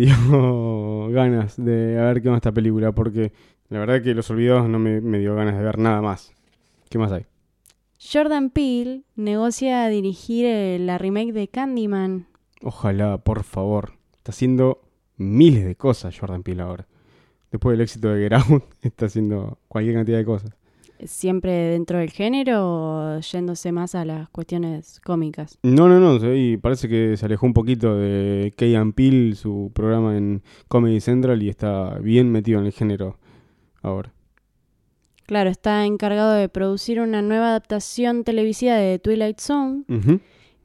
dio ganas de ver qué onda esta película, porque la verdad que Los Olvidados no me, me dio ganas de ver nada más. ¿Qué más hay? Jordan Peele negocia dirigir eh, la remake de Candyman. Ojalá, por favor. Está haciendo miles de cosas Jordan Peele ahora. Después del éxito de Get Out, está haciendo cualquier cantidad de cosas. ¿Siempre dentro del género o yéndose más a las cuestiones cómicas? No, no, no, sí, parece que se alejó un poquito de Key and Peele, su programa en Comedy Central, y está bien metido en el género ahora. Claro, está encargado de producir una nueva adaptación televisiva de Twilight Zone Ujú.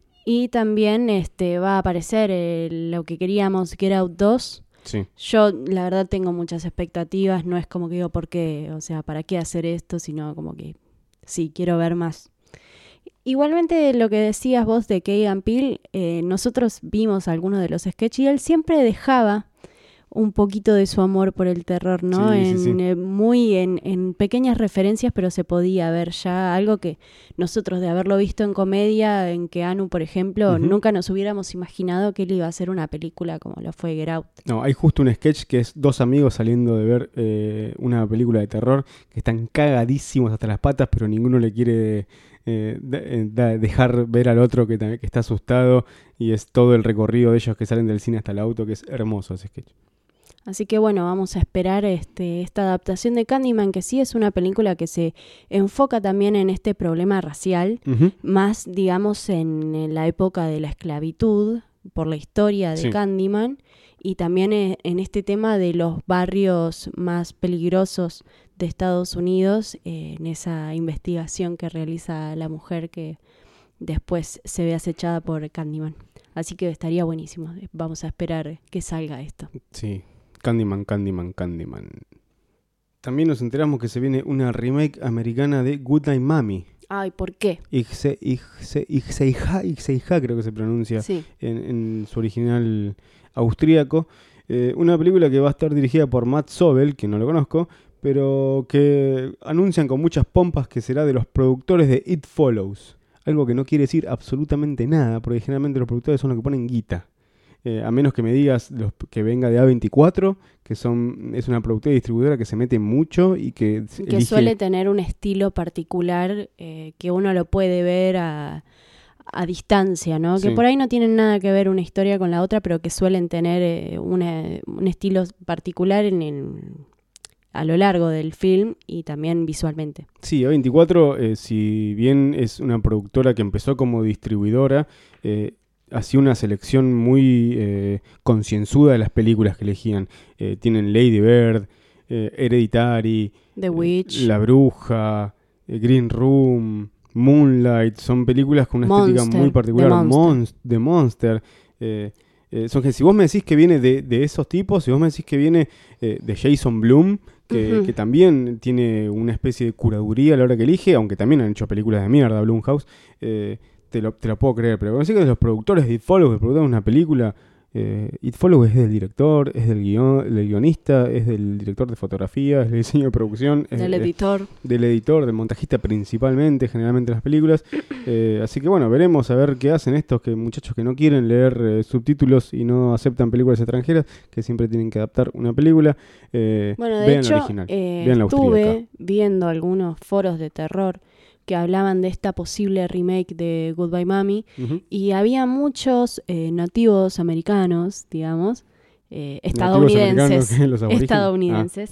y también este va a aparecer eh, lo que queríamos, Get Out dos. Sí. Yo, la verdad, tengo muchas expectativas. No es como que digo, ¿por qué? O sea, ¿para qué hacer esto? Sino como que sí, quiero ver más. Igualmente, lo que decías vos de Keegan Peele, eh, nosotros vimos algunos de los sketches y él siempre dejaba un poquito de su amor por el terror, ¿no? Sí, en, sí, sí. eh, muy en, en pequeñas referencias, pero se podía ver ya algo que nosotros de haberlo visto en comedia, en Keanu, por ejemplo, Ujú. nunca nos hubiéramos imaginado que él iba a hacer una película como lo fue Get Out. No, hay justo un sketch que es dos amigos saliendo de ver eh, una película de terror que están cagadísimos hasta las patas, pero ninguno le quiere eh, da- eh, da- dejar ver al otro que, también- que está asustado, y es todo el recorrido de ellos que salen del cine hasta el auto, que es hermoso ese sketch. Así que bueno, vamos a esperar este, esta adaptación de Candyman, que sí es una película que se enfoca también en este problema racial, Ujú. más digamos en, en la época de la esclavitud, por la historia de Sí. Candyman, y también en, en este tema de los barrios más peligrosos de Estados Unidos, eh, en esa investigación que realiza la mujer que después se ve acechada por Candyman. Así que estaría buenísimo. Vamos a esperar que salga esto. Sí, Candyman, Candyman, Candyman. También nos enteramos que se viene una remake americana de Goodnight Mommy. Ay, ¿por qué? Ixe- Ixe- Ixeija, Ixeija creo que se pronuncia Sí. en, en su original austríaco. Eh, una película que va a estar dirigida por Matt Sobel, que no lo conozco, pero que anuncian con muchas pompas que será de los productores de It Follows. Algo que no quiere decir absolutamente nada, porque generalmente los productores son los que ponen guita. Eh, a menos que me digas los, que venga de A veinticuatro, que son es una productora y distribuidora que se mete mucho y que, Que elige- suele tener un estilo particular eh, que uno lo puede ver a, a distancia, ¿no? Que Sí. por ahí no tienen nada que ver una historia con la otra, pero que suelen tener eh, una- un estilo particular en el, a lo largo del film y también visualmente. Sí, A veinticuatro, eh, si bien es una productora que empezó como distribuidora, eh, hacía una selección muy eh, concienzuda de las películas que elegían. Eh, tienen Lady Bird, eh, Hereditary, The Witch, La Bruja, eh, Green Room, Moonlight, son películas con una estética Monster, muy particular. The Monster. Monst- The Monster. eh, eh, son que si vos me decís que viene de, de esos tipos, si vos me decís que viene eh, de Jason Blum, que, Ujú. que también tiene una especie de curaduría a la hora que elige, aunque también han hecho películas de mierda, Blumhouse, eh, te, lo, te lo puedo creer. Pero cuando decís que de los productores de It Follows, que produjeron una película, eh, It Follows es del director, es del, guion, del guionista, es del director de fotografía, es del diseño de producción, es del de- editor. del editor, del montajista principalmente, generalmente en las películas. Eh, así que bueno, veremos a ver qué hacen estos que muchachos que no quieren leer eh, subtítulos y no aceptan películas extranjeras, que siempre tienen que adaptar una película. Eh, Bueno, de vean hecho, la original, eh, vean la austríaca. estuve viendo algunos foros de terror que hablaban de esta posible remake de Goodbye Mommy Ujú. y había muchos eh, nativos americanos, digamos, eh, Nativos americanos, estadounidenses, ¿qué? Los aborígenes. estadounidenses,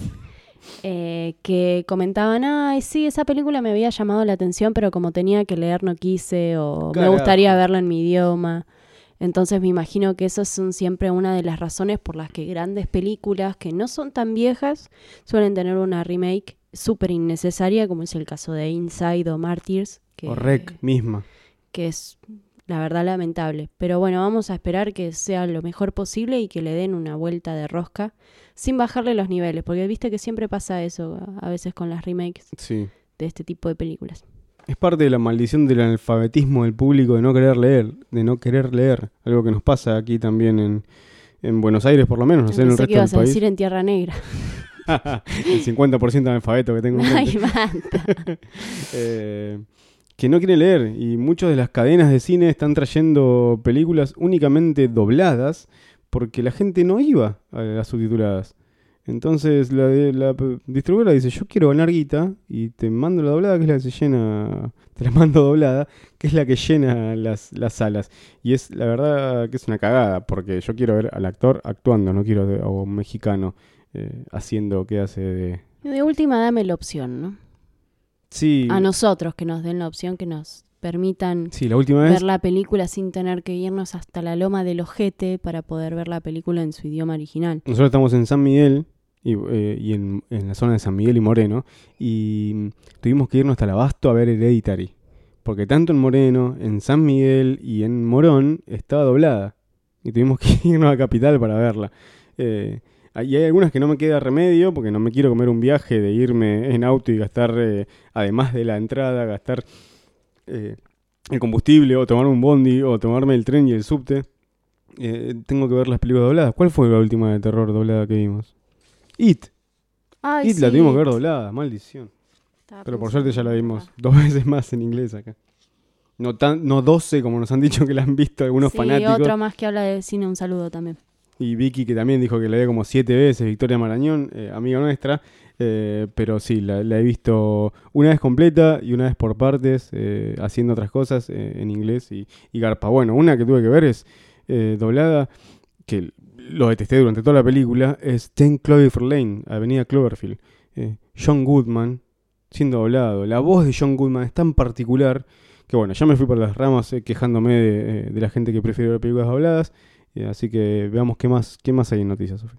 eh, que comentaban, ay, sí, esa película me había llamado la atención, pero como tenía que leer no quise, o me Carajo. gustaría verla en mi idioma. Entonces me imagino que esas son siempre una de las razones por las que grandes películas que no son tan viejas suelen tener una remake súper innecesaria, como es el caso de Inside o Martyrs, que, O Rec misma. que es la verdad lamentable. Pero bueno, vamos a esperar que sea lo mejor posible y que le den una vuelta de rosca sin bajarle los niveles, porque viste que siempre pasa eso a a veces con las remakes Sí. de este tipo de películas. Es parte de la maldición del analfabetismo del público de no querer leer, de no querer leer. Algo que nos pasa aquí también en, en Buenos Aires, por lo menos, no sé, en el Pensé resto que del ibas a país. decir en Tierra Negra. El cincuenta por ciento de analfabeto que tengo. enfrente. Ay, basta. Eh, que no quieren leer, y muchas de las cadenas de cine están trayendo películas únicamente dobladas porque la gente no iba a las subtituladas. Entonces la, de- la p- distribuidora dice, yo quiero ganar guita y te mando la doblada, que es la que se llena, te la mando doblada, que es la que llena las, las salas. Y es la verdad que es una cagada, porque yo quiero ver al actor actuando, no quiero ver a un mexicano eh, haciendo que hace de... De última, dame la opción, ¿no? Sí, A nosotros que nos den la opción, que nos permitan sí, la última vez... ver la película sin tener que irnos hasta la loma del ojete para poder ver la película en su idioma original. Nosotros estamos en San Miguel y, eh, y en, en la zona de San Miguel y Moreno, y mm, tuvimos que irnos hasta el Abasto a ver Hereditary, porque tanto en Moreno, en San Miguel y en Morón estaba doblada, y tuvimos que irnos a Capital para verla. Eh, y hay algunas que no me queda remedio, porque no me quiero comer un viaje de irme en auto y gastar, eh, además de la entrada, gastar eh, el combustible, o tomar un bondi, o tomarme el tren y el subte. eh, tengo que ver las películas dobladas. ¿Cuál fue la última de terror doblada que vimos? It. Ay, It la sí, tuvimos que ver It. doblada, maldición. Estaba Pero por pensando suerte ya la en vimos otra. dos veces más en inglés acá. No, tan, no doce como nos han dicho que la han visto algunos Sí, fanáticos. otro más que habla de cine, un saludo también. Y Vicky, que también dijo que la vio como siete veces, Victoria Marañón, eh, amiga nuestra. Eh, pero sí, la, la he visto una vez completa y una vez por partes, eh, haciendo otras cosas eh, en inglés y, y garpa. Bueno, una que tuve que ver es eh, doblada, que lo detesté durante toda la película, es ten Cloverfield Lane, Avenida Cloverfield. Eh, John Goodman, siendo doblado. La voz de John Goodman es tan particular que bueno, ya me fui por las ramas eh, quejándome de, eh, de la gente que prefiere ver películas dobladas. Eh, así que veamos qué más, qué más hay en noticias, Sofía.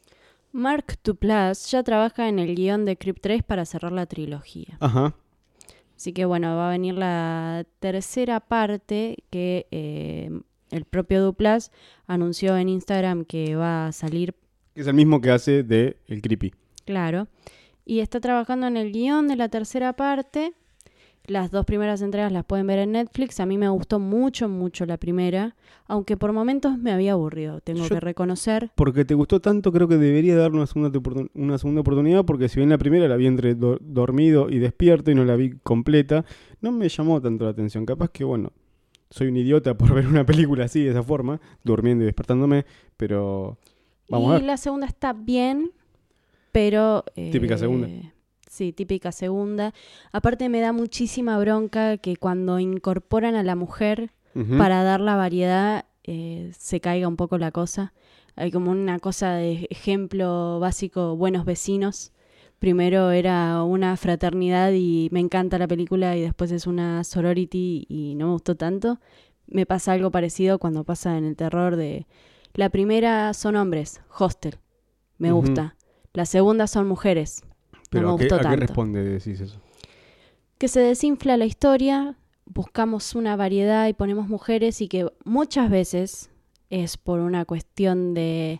Mark Duplass ya trabaja en el guión de Creep tres para cerrar la trilogía. Ajá. Así que bueno, va a venir la tercera parte que eh, el propio Duplass anunció en Instagram que va a salir, Que es el mismo que hace de El Creepy. claro. Y está trabajando en el guión de la tercera parte. Las dos primeras entregas las pueden ver en Netflix. A mí me gustó mucho, mucho la primera, aunque por momentos me había aburrido, tengo Yo- que reconocer. Porque te gustó tanto, creo que debería darle una segunda, oportun- una segunda oportunidad, porque si bien la primera la vi entre do- dormido y despierto y no la vi completa, no me llamó tanto la atención. Capaz que, bueno, soy un idiota por ver una película así, de esa forma, durmiendo y despertándome, pero vamos y a ver. la segunda está bien, pero... eh, Típica segunda. Sí, típica segunda. Aparte me da muchísima bronca que cuando incorporan a la mujer Ujú. para dar la variedad eh, se caiga un poco la cosa. Hay como una cosa de ejemplo básico, buenos vecinos. Primero era una fraternidad y me encanta la película y después es una sorority y no me gustó tanto. Me pasa algo parecido cuando pasa en el terror de... La primera son hombres, Hostel, me Ujú. gusta. La segunda son mujeres, Pero no ¿a me qué, gustó a qué tanto. responde decís eso? Que se desinfla la historia, buscamos una variedad y ponemos mujeres y que muchas veces es por una cuestión de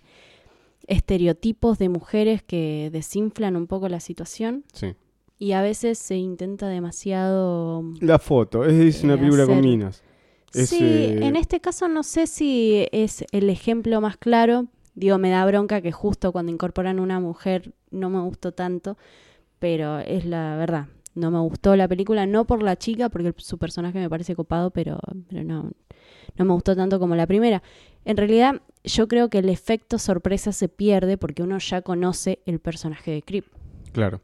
estereotipos de mujeres que desinflan un poco la situación Sí. y a veces se intenta demasiado... La foto, es, es una Eh, película con hacer- minas. Es, sí, eh, en este caso no sé si es el ejemplo más claro. Digo, me da bronca que justo cuando incorporan una mujer no me gustó tanto, pero es la verdad. No me gustó la película, no por la chica, porque el- su personaje me parece copado, pero, pero no, no me gustó tanto como la primera. En realidad, yo creo que el efecto sorpresa se pierde porque uno ya conoce el personaje de Creep. Claro.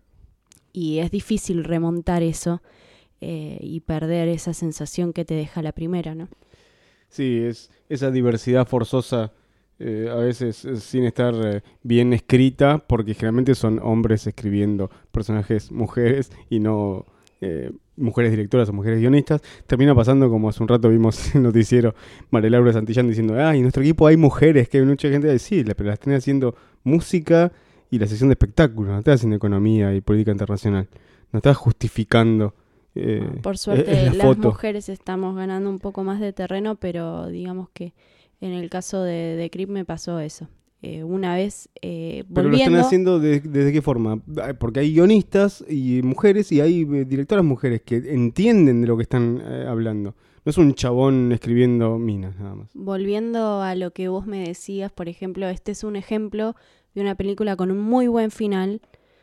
Y es difícil remontar eso eh, y perder esa sensación que te deja la primera, ¿no? Sí, es esa diversidad forzosa, eh, a veces eh, sin estar eh, bien escrita, porque generalmente son hombres escribiendo personajes mujeres y no eh, mujeres directoras o mujeres guionistas. Termina pasando como hace un rato vimos en el noticiero María Laura Santillán diciendo, ah, y en nuestro equipo hay mujeres, que hay mucha gente que sí, la- pero las están haciendo música y la sección de espectáculos, no está haciendo economía y política internacional, no está justificando. eh, Por es- suerte es la las foto. mujeres estamos ganando un poco más de terreno, pero digamos que en el caso de, de Creep me pasó eso. Eh, una vez eh, Pero lo volviendo, están haciendo de, ¿desde qué forma? Ah, porque hay guionistas y mujeres y hay eh, directoras mujeres que entienden de lo que están eh, hablando. No es un chabón escribiendo minas nada más. volviendo a lo que vos me decías, por ejemplo, este es un ejemplo de una película con un muy buen final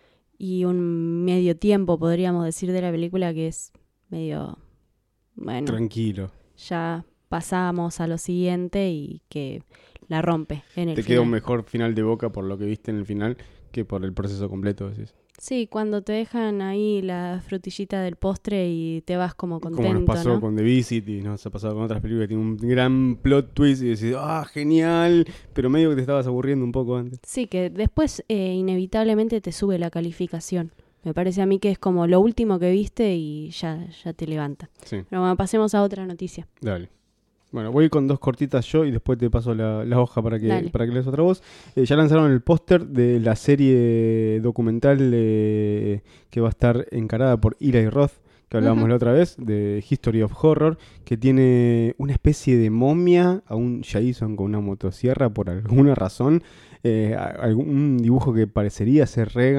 y un medio tiempo, podríamos decir, de la película que es medio, bueno, Tranquilo. ya pasamos a lo siguiente y que la rompe en el Te final. queda un mejor final de boca por lo que viste en el final que por el proceso completo. Decís. Sí, cuando te dejan ahí la frutillita del postre y te vas como contento, Como nos pasó ¿no? con The Visit y nos ha pasado con otras películas que tienen un gran plot twist y decís, ah, genial, pero medio que te estabas aburriendo un poco antes. Sí, que después eh, inevitablemente te sube la calificación. Me parece a mí que es como lo último que viste y ya, ya te levanta. Sí, Pero bueno, pasemos a otra noticia. dale. Bueno, voy con dos cortitas yo y después te paso la, la hoja para que, Dale. para que leas otra voz. Eh, ya lanzaron el póster de la serie documental eh, que va a estar encarada por Eli Roth, que hablábamos Ujú. la otra vez, de History of Horror, que tiene una especie de momia a un Jason con una motosierra por alguna razón, eh, a- algún dibujo que parecería ser Reagan,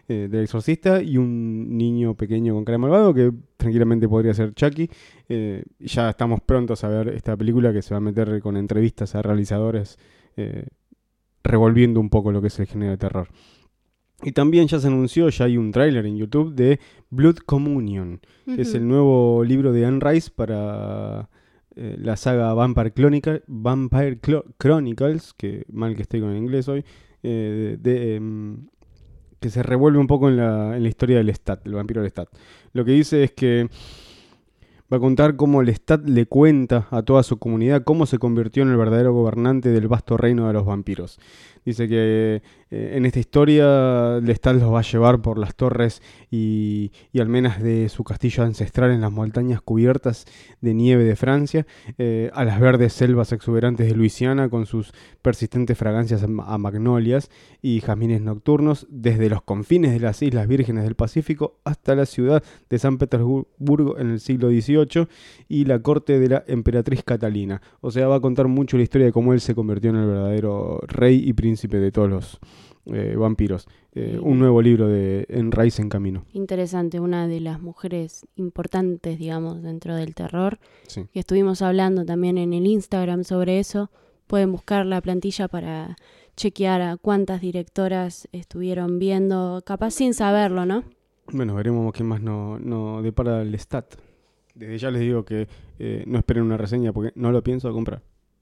eh, del exorcista y un niño pequeño con cara de malvado que tranquilamente podría ser Chucky. Eh, ya estamos prontos a ver esta película que se va a meter con entrevistas a realizadores, eh, revolviendo un poco lo que es el género de terror. Y también ya se anunció, ya hay un tráiler en YouTube de Blood Communion, Uh-huh. que es el nuevo libro de Anne Rice para eh, la saga Vampire, Chronicle, Vampire Clo- Chronicles, que mal que estoy con el inglés hoy, eh, de, de, eh, que se revuelve un poco en la, en la historia del Lestat, el vampiro Lestat. Lo que dice es que va a contar cómo Lestat le cuenta a toda su comunidad cómo se convirtió en el verdadero gobernante del vasto reino de los vampiros. Dice que eh, en esta historia Lestat los va a llevar por las torres y, y almenas de su castillo ancestral en las montañas cubiertas de nieve de Francia, eh, a las verdes selvas exuberantes de Luisiana con sus persistentes fragancias a, a magnolias y jazmines nocturnos, desde los confines de las Islas Vírgenes del Pacífico hasta la ciudad de San Petersburgo en el siglo dieciocho y la corte de la emperatriz Catalina. O sea, va a contar mucho la historia de cómo él se convirtió en el verdadero rey y príncipe de todos los eh, vampiros. Eh, un nuevo libro de En Rice en camino. Interesante, una de las mujeres importantes, digamos, dentro del terror. Sí. Que estuvimos hablando también en el Instagram sobre eso. Pueden buscar la plantilla para chequear a cuántas directoras estuvieron viendo, capaz sin saberlo, ¿no? Bueno, veremos qué más nos no depara el Lestat. Desde ya les digo que eh, no esperen una reseña porque no lo pienso comprar.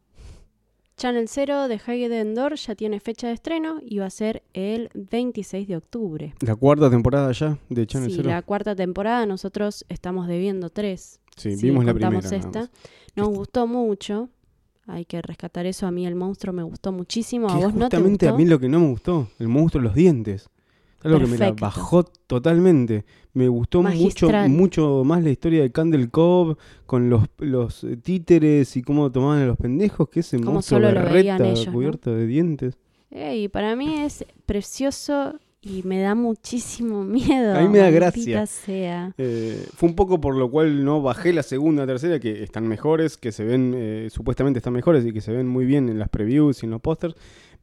Channel Zero de Hayden Door ya tiene fecha de estreno y va a ser el veintiséis de octubre. La cuarta temporada ya de Channel Sí, Zero. la cuarta temporada, nosotros estamos debiendo tres. Sí, Sí, vimos la primera. contamos nada esta. más. Nos Este- gustó mucho. Hay que rescatar eso. A mí el monstruo me gustó muchísimo. ¿A Que vos no te justamente gustó? a mí lo que no me gustó, el monstruo de los dientes. Algo que me la Perfecto. bajó totalmente. Me gustó mucho, Magistral. mucho más la historia de Candle Cove con los, los eh, títeres y cómo tomaban a los pendejos, que ese Cómo monstruo solo lo veían berreta ellos, ¿no? cubierto de dientes. Ey, para mí es precioso y me da muchísimo miedo. A mí me da maldita gracia. sea. Eh, fue un poco por lo cual no bajé la segunda, tercera, que están mejores, que se ven, eh, supuestamente están mejores y que se ven muy bien en las previews y en los pósters,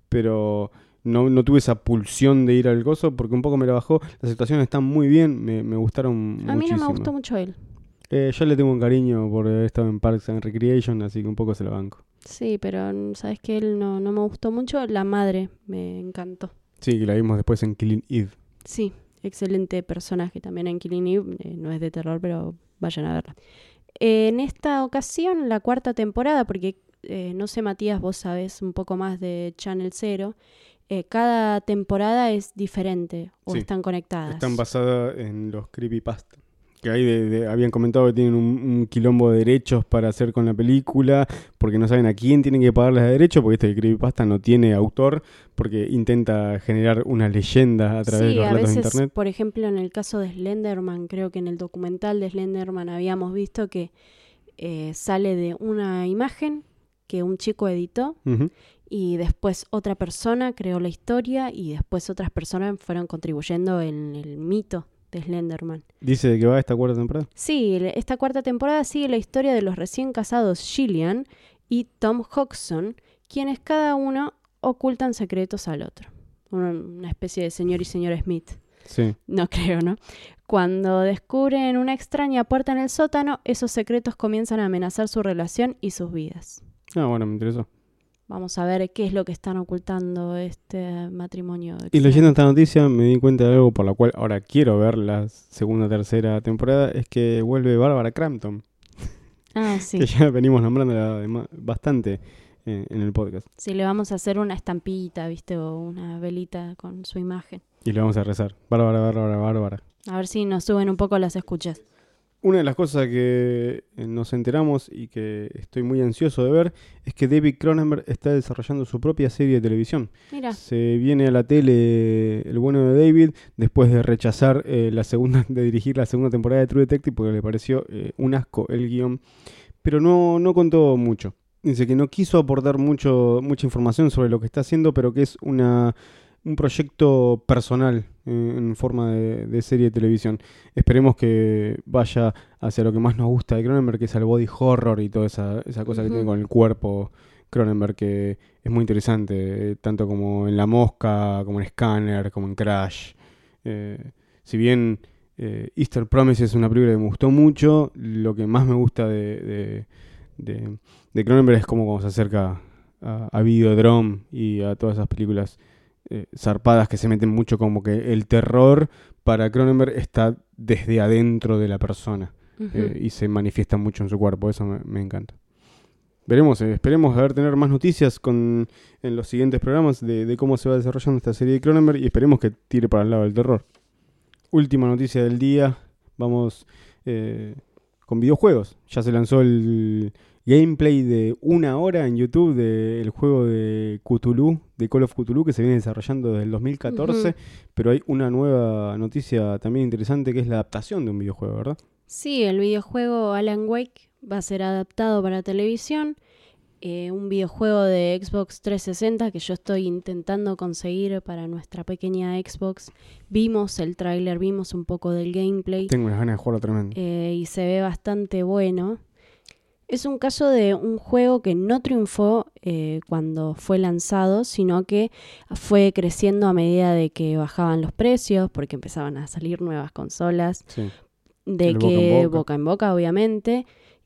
pero no, no tuve esa pulsión de ir al gozo porque un poco me la bajó. Las actuaciones están muy bien, me, me gustaron A mí muchísimo. no me gustó mucho él. Eh, yo le tengo un cariño por haber estado en Parks and Recreation, así que un poco se lo banco. Sí, pero mm, sabes que él no, no me gustó mucho. La madre me encantó. Sí, que la vimos después en Killing Eve. Sí, excelente personaje también en Killing Eve. Eh, no es de terror, pero vayan a verla. Eh, en esta ocasión, la cuarta temporada, porque eh, no sé, Matías, vos sabés un poco más de Channel Zero. Eh, cada temporada es diferente o Sí, están conectadas. Están basadas en los creepypasta. Que hay de, de- habían comentado que tienen un, un quilombo de derechos para hacer con la película, porque no saben a quién tienen que pagarles de derecho, porque este el creepypasta no tiene autor, porque intenta generar una leyenda a través de Sí, los a relatos veces, de internet. por ejemplo, en el caso de Slenderman, creo que en el documental de Slenderman habíamos visto que eh, sale de una imagen que un chico editó Ujú. y después otra persona creó la historia y después otras personas fueron contribuyendo en el mito de Slenderman. Dice de que va esta cuarta temporada. Sí, el- esta cuarta temporada sigue la historia de los recién casados Gillian y Tom Hodgson, quienes cada uno ocultan secretos al otro. Una, una especie de señor y señora Smith. Sí. No creo, ¿no? Cuando descubren una extraña puerta en el sótano, esos secretos comienzan a amenazar su relación y sus vidas. Ah, bueno, me interesó. Vamos a ver qué es lo que están ocultando este matrimonio. Y leyendo esta noticia me di cuenta de algo por lo cual ahora quiero ver la segunda tercera temporada, es que vuelve Bárbara Crampton, Ah, sí. que ya venimos nombrando bastante eh, en el podcast. Sí, le vamos a hacer una estampita, ¿viste? O una velita con su imagen. Y le vamos a rezar. Bárbara, Bárbara, Bárbara. A ver si nos suben un poco las escuchas. Una de las cosas que eh, nos enteramos y que estoy muy ansioso de ver es que David Cronenberg está desarrollando su propia serie de televisión. Mira, Se viene a la tele el bueno de David después de rechazar eh, la segunda, de dirigir la segunda temporada de True Detective porque le pareció eh, un asco el guión, pero no, no contó mucho. Dice que no quiso aportar mucho, mucha información sobre lo que está haciendo, pero que es una, un proyecto personal eh, en forma de, de serie de televisión. Esperemos que vaya hacia lo que más nos gusta de Cronenberg, que es el body horror y toda esa, esa cosa que Ujú. tiene con el cuerpo Cronenberg, que es muy interesante, eh, tanto como en La Mosca, como en Scanner, como en Crash. Eh, si bien eh, Easter Promise es una película que me gustó mucho, lo que más me gusta de, de, de, de Cronenberg es como cuando se acerca a, a Videodrome y a todas esas películas eh, zarpadas que se meten mucho, como que el terror para Cronenberg está desde adentro de la persona. Uh-huh. eh, y se manifiesta mucho en su cuerpo. Eso me, me encanta. Veremos, eh, esperemos a ver tener más noticias con, en los siguientes programas de, de cómo se va desarrollando esta serie de Cronenberg, y esperemos que tire para el lado del terror. Última noticia del día, vamos eh, con videojuegos. Ya se lanzó el gameplay de una hora en YouTube del juego de Cthulhu, de Call of Cthulhu, que se viene desarrollando desde el dos mil catorce, uh-huh. Pero hay una nueva noticia también interesante, que es la adaptación de un videojuego, ¿verdad? Sí, el videojuego Alan Wake va a ser adaptado para televisión. Eh, un videojuego de Xbox trescientos sesenta que yo estoy intentando conseguir para nuestra pequeña Xbox. Vimos el tráiler, vimos un poco del gameplay. Tengo unas ganas de jugarlo tremendo. Eh, y se ve bastante bueno. Es un caso de un juego que no triunfó eh, cuando fue lanzado, sino que fue creciendo a medida de que bajaban los precios, porque empezaban a salir nuevas consolas. Sí. De el que boca en boca. boca en boca, obviamente.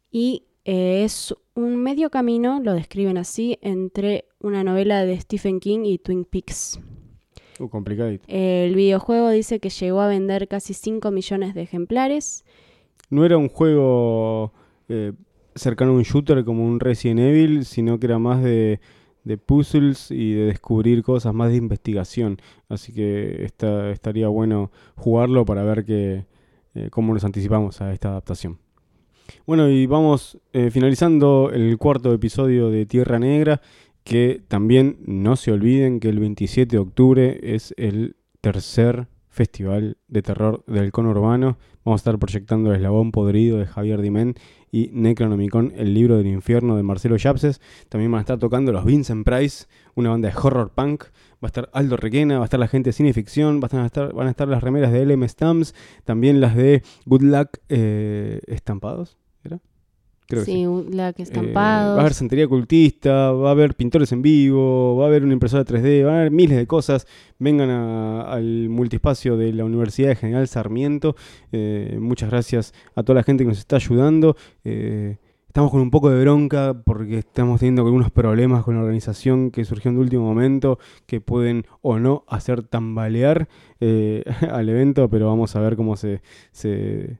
Y eh, es un medio camino, lo describen así, entre una novela de Stephen King y Twin Peaks. Uh, complicadito. El videojuego dice que llegó a vender casi cinco millones de ejemplares. No era un juego eh, cercano a un shooter como un Resident Evil, sino que era más de, de puzzles y de descubrir cosas, más de investigación. Así que está, estaría bueno jugarlo para ver que, eh, cómo nos anticipamos a esta adaptación. Bueno, y vamos eh, finalizando el cuarto episodio de Tierra Negra, que también no se olviden que el veintisiete de octubre es el tercer Festival de Terror del Conurbano. Vamos a estar proyectando El Eslabón Podrido de Javier Dimén y Necronomicon, el libro del infierno de Marcelo Yapses. También van a estar tocando los Vincent Price, una banda de horror punk. Va a estar Aldo Requena, va a estar la gente de Cineficción, va a estar, van a estar las remeras de L M Stamps, también las de Good Luck eh, Estampados, ¿era? Creo sí, que sí. Good Luck Eh, Estampados. va a haber santería ocultista, va a haber pintores en vivo, va a haber una impresora tres D, va a haber miles de cosas. Vengan a, al multiespacio de la Universidad de General Sarmiento. Eh, muchas gracias a toda la gente que nos está ayudando. Eh, Estamos con un poco de bronca porque estamos teniendo algunos problemas con la organización que surgieron de último momento, que pueden o no hacer tambalear eh, al evento, pero vamos a ver cómo se, se,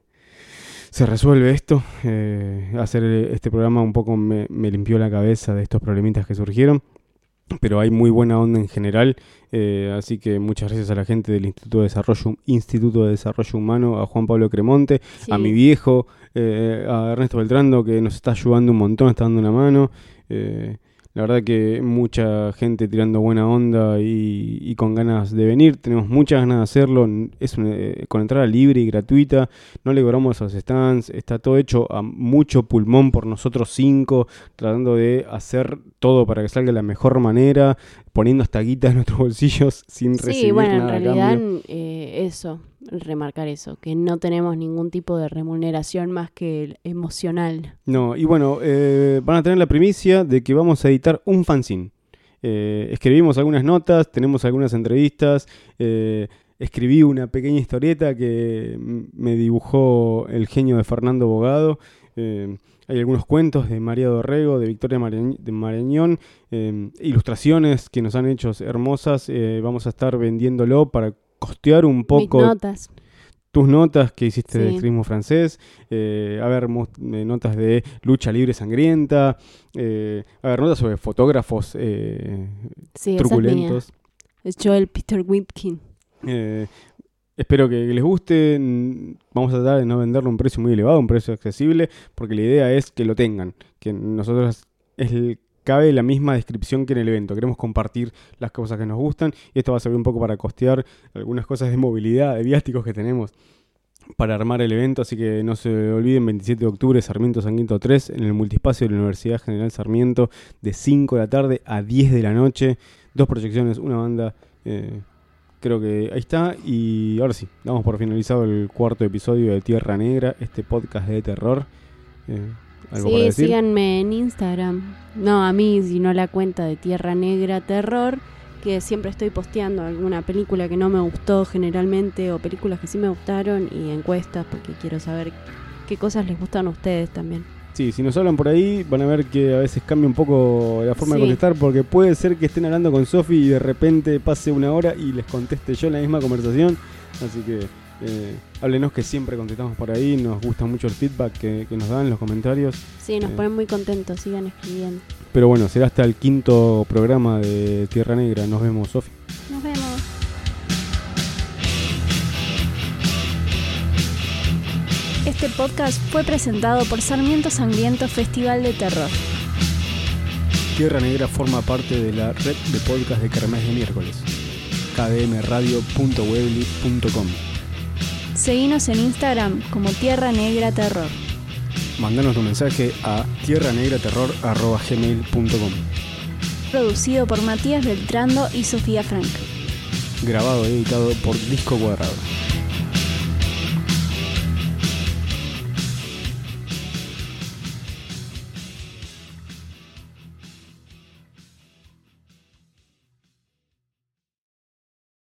se resuelve esto. Eh, hacer este programa un poco me, me limpió la cabeza de estos problemitas que surgieron, pero hay muy buena onda en general, eh, así que muchas gracias a la gente del Instituto de Desarrollo, Instituto de Desarrollo Humano, a Juan Pablo Cremonte, sí. a mi viejo, eh, a Ernesto Beltrando, que nos está ayudando un montón, está dando una mano. Eh, la verdad que mucha gente tirando buena onda y, y con ganas de venir. Tenemos muchas ganas de hacerlo. Es una, eh, con entrada libre y gratuita. No le cobramos a los stands. Está todo hecho a mucho pulmón por nosotros cinco, tratando de hacer todo para que salga de la mejor manera, poniendo hasta guita en nuestros bolsillos sin sí, recibir bueno, nada en realidad, a cambio. Eh, eso, remarcar eso, que no tenemos ningún tipo de remuneración más que el emocional. No, y bueno, eh, van a tener la primicia de que vamos a editar un fanzine. Eh, escribimos algunas notas, tenemos algunas entrevistas, eh, escribí una pequeña historieta que me dibujó el genio de Fernando Bogado. Eh, hay algunos cuentos de María Dorrego, de Victoria Marañ- de Marañón, eh, ilustraciones que nos han hecho hermosas. Eh, vamos a estar vendiéndolo para costear un poco Mis notas. tus notas que hiciste Sí. de escribismo francés, eh, a ver mo- eh, notas de lucha libre sangrienta, eh, a ver notas sobre fotógrafos eh, Sí, truculentos. Es Joel Peter Whitkin. Eh, espero que les guste. Vamos a tratar de no venderlo a un precio muy elevado, un precio accesible, porque la idea es que lo tengan, que nosotros es el, cabe la misma descripción que en el evento. Queremos compartir las cosas que nos gustan y esto va a servir un poco para costear algunas cosas de movilidad, de viáticos que tenemos para armar el evento, así que no se olviden, veintisiete de octubre, Sarmiento Sanguiento tres, en el multiespacio de la Universidad General Sarmiento, de cinco de la tarde a diez de la noche, dos proyecciones, una banda. eh, Creo que ahí está. Y ahora sí, damos por finalizado el cuarto episodio de Tierra Negra, este podcast de terror. Eh, ¿algo para Sí, decir? síganme en Instagram. No a mí, sino la cuenta de Tierra Negra Terror, que siempre estoy posteando alguna película que no me gustó generalmente o películas que sí me gustaron y encuestas porque quiero saber qué cosas les gustan a ustedes también. Sí, si nos hablan por ahí van a ver que a veces cambia un poco la forma Sí. de contestar porque puede ser que estén hablando con Sofi y de repente pase una hora y les conteste yo en la misma conversación. Así que eh, háblenos que siempre contestamos por ahí, nos gusta mucho el feedback que, que nos dan, los comentarios. Sí, nos Eh. ponen muy contentos, sigan escribiendo. Pero bueno, será hasta el quinto programa de Tierra Negra. Nos vemos, Sofi. Nos vemos. Este podcast fue presentado por Sarmiento Sangriento Festival de Terror. Tierra Negra forma parte de la red de podcast de Kermés de Miércoles. k d m radio punto weebly punto com. Seguinos en Instagram como Tierra Negra Terror. Mandanos tu mensaje a tierranegraterror arroba gmail punto com. Producido por Matías Beltrando y Sofía Frank. Grabado y editado por Disco Cuadrado.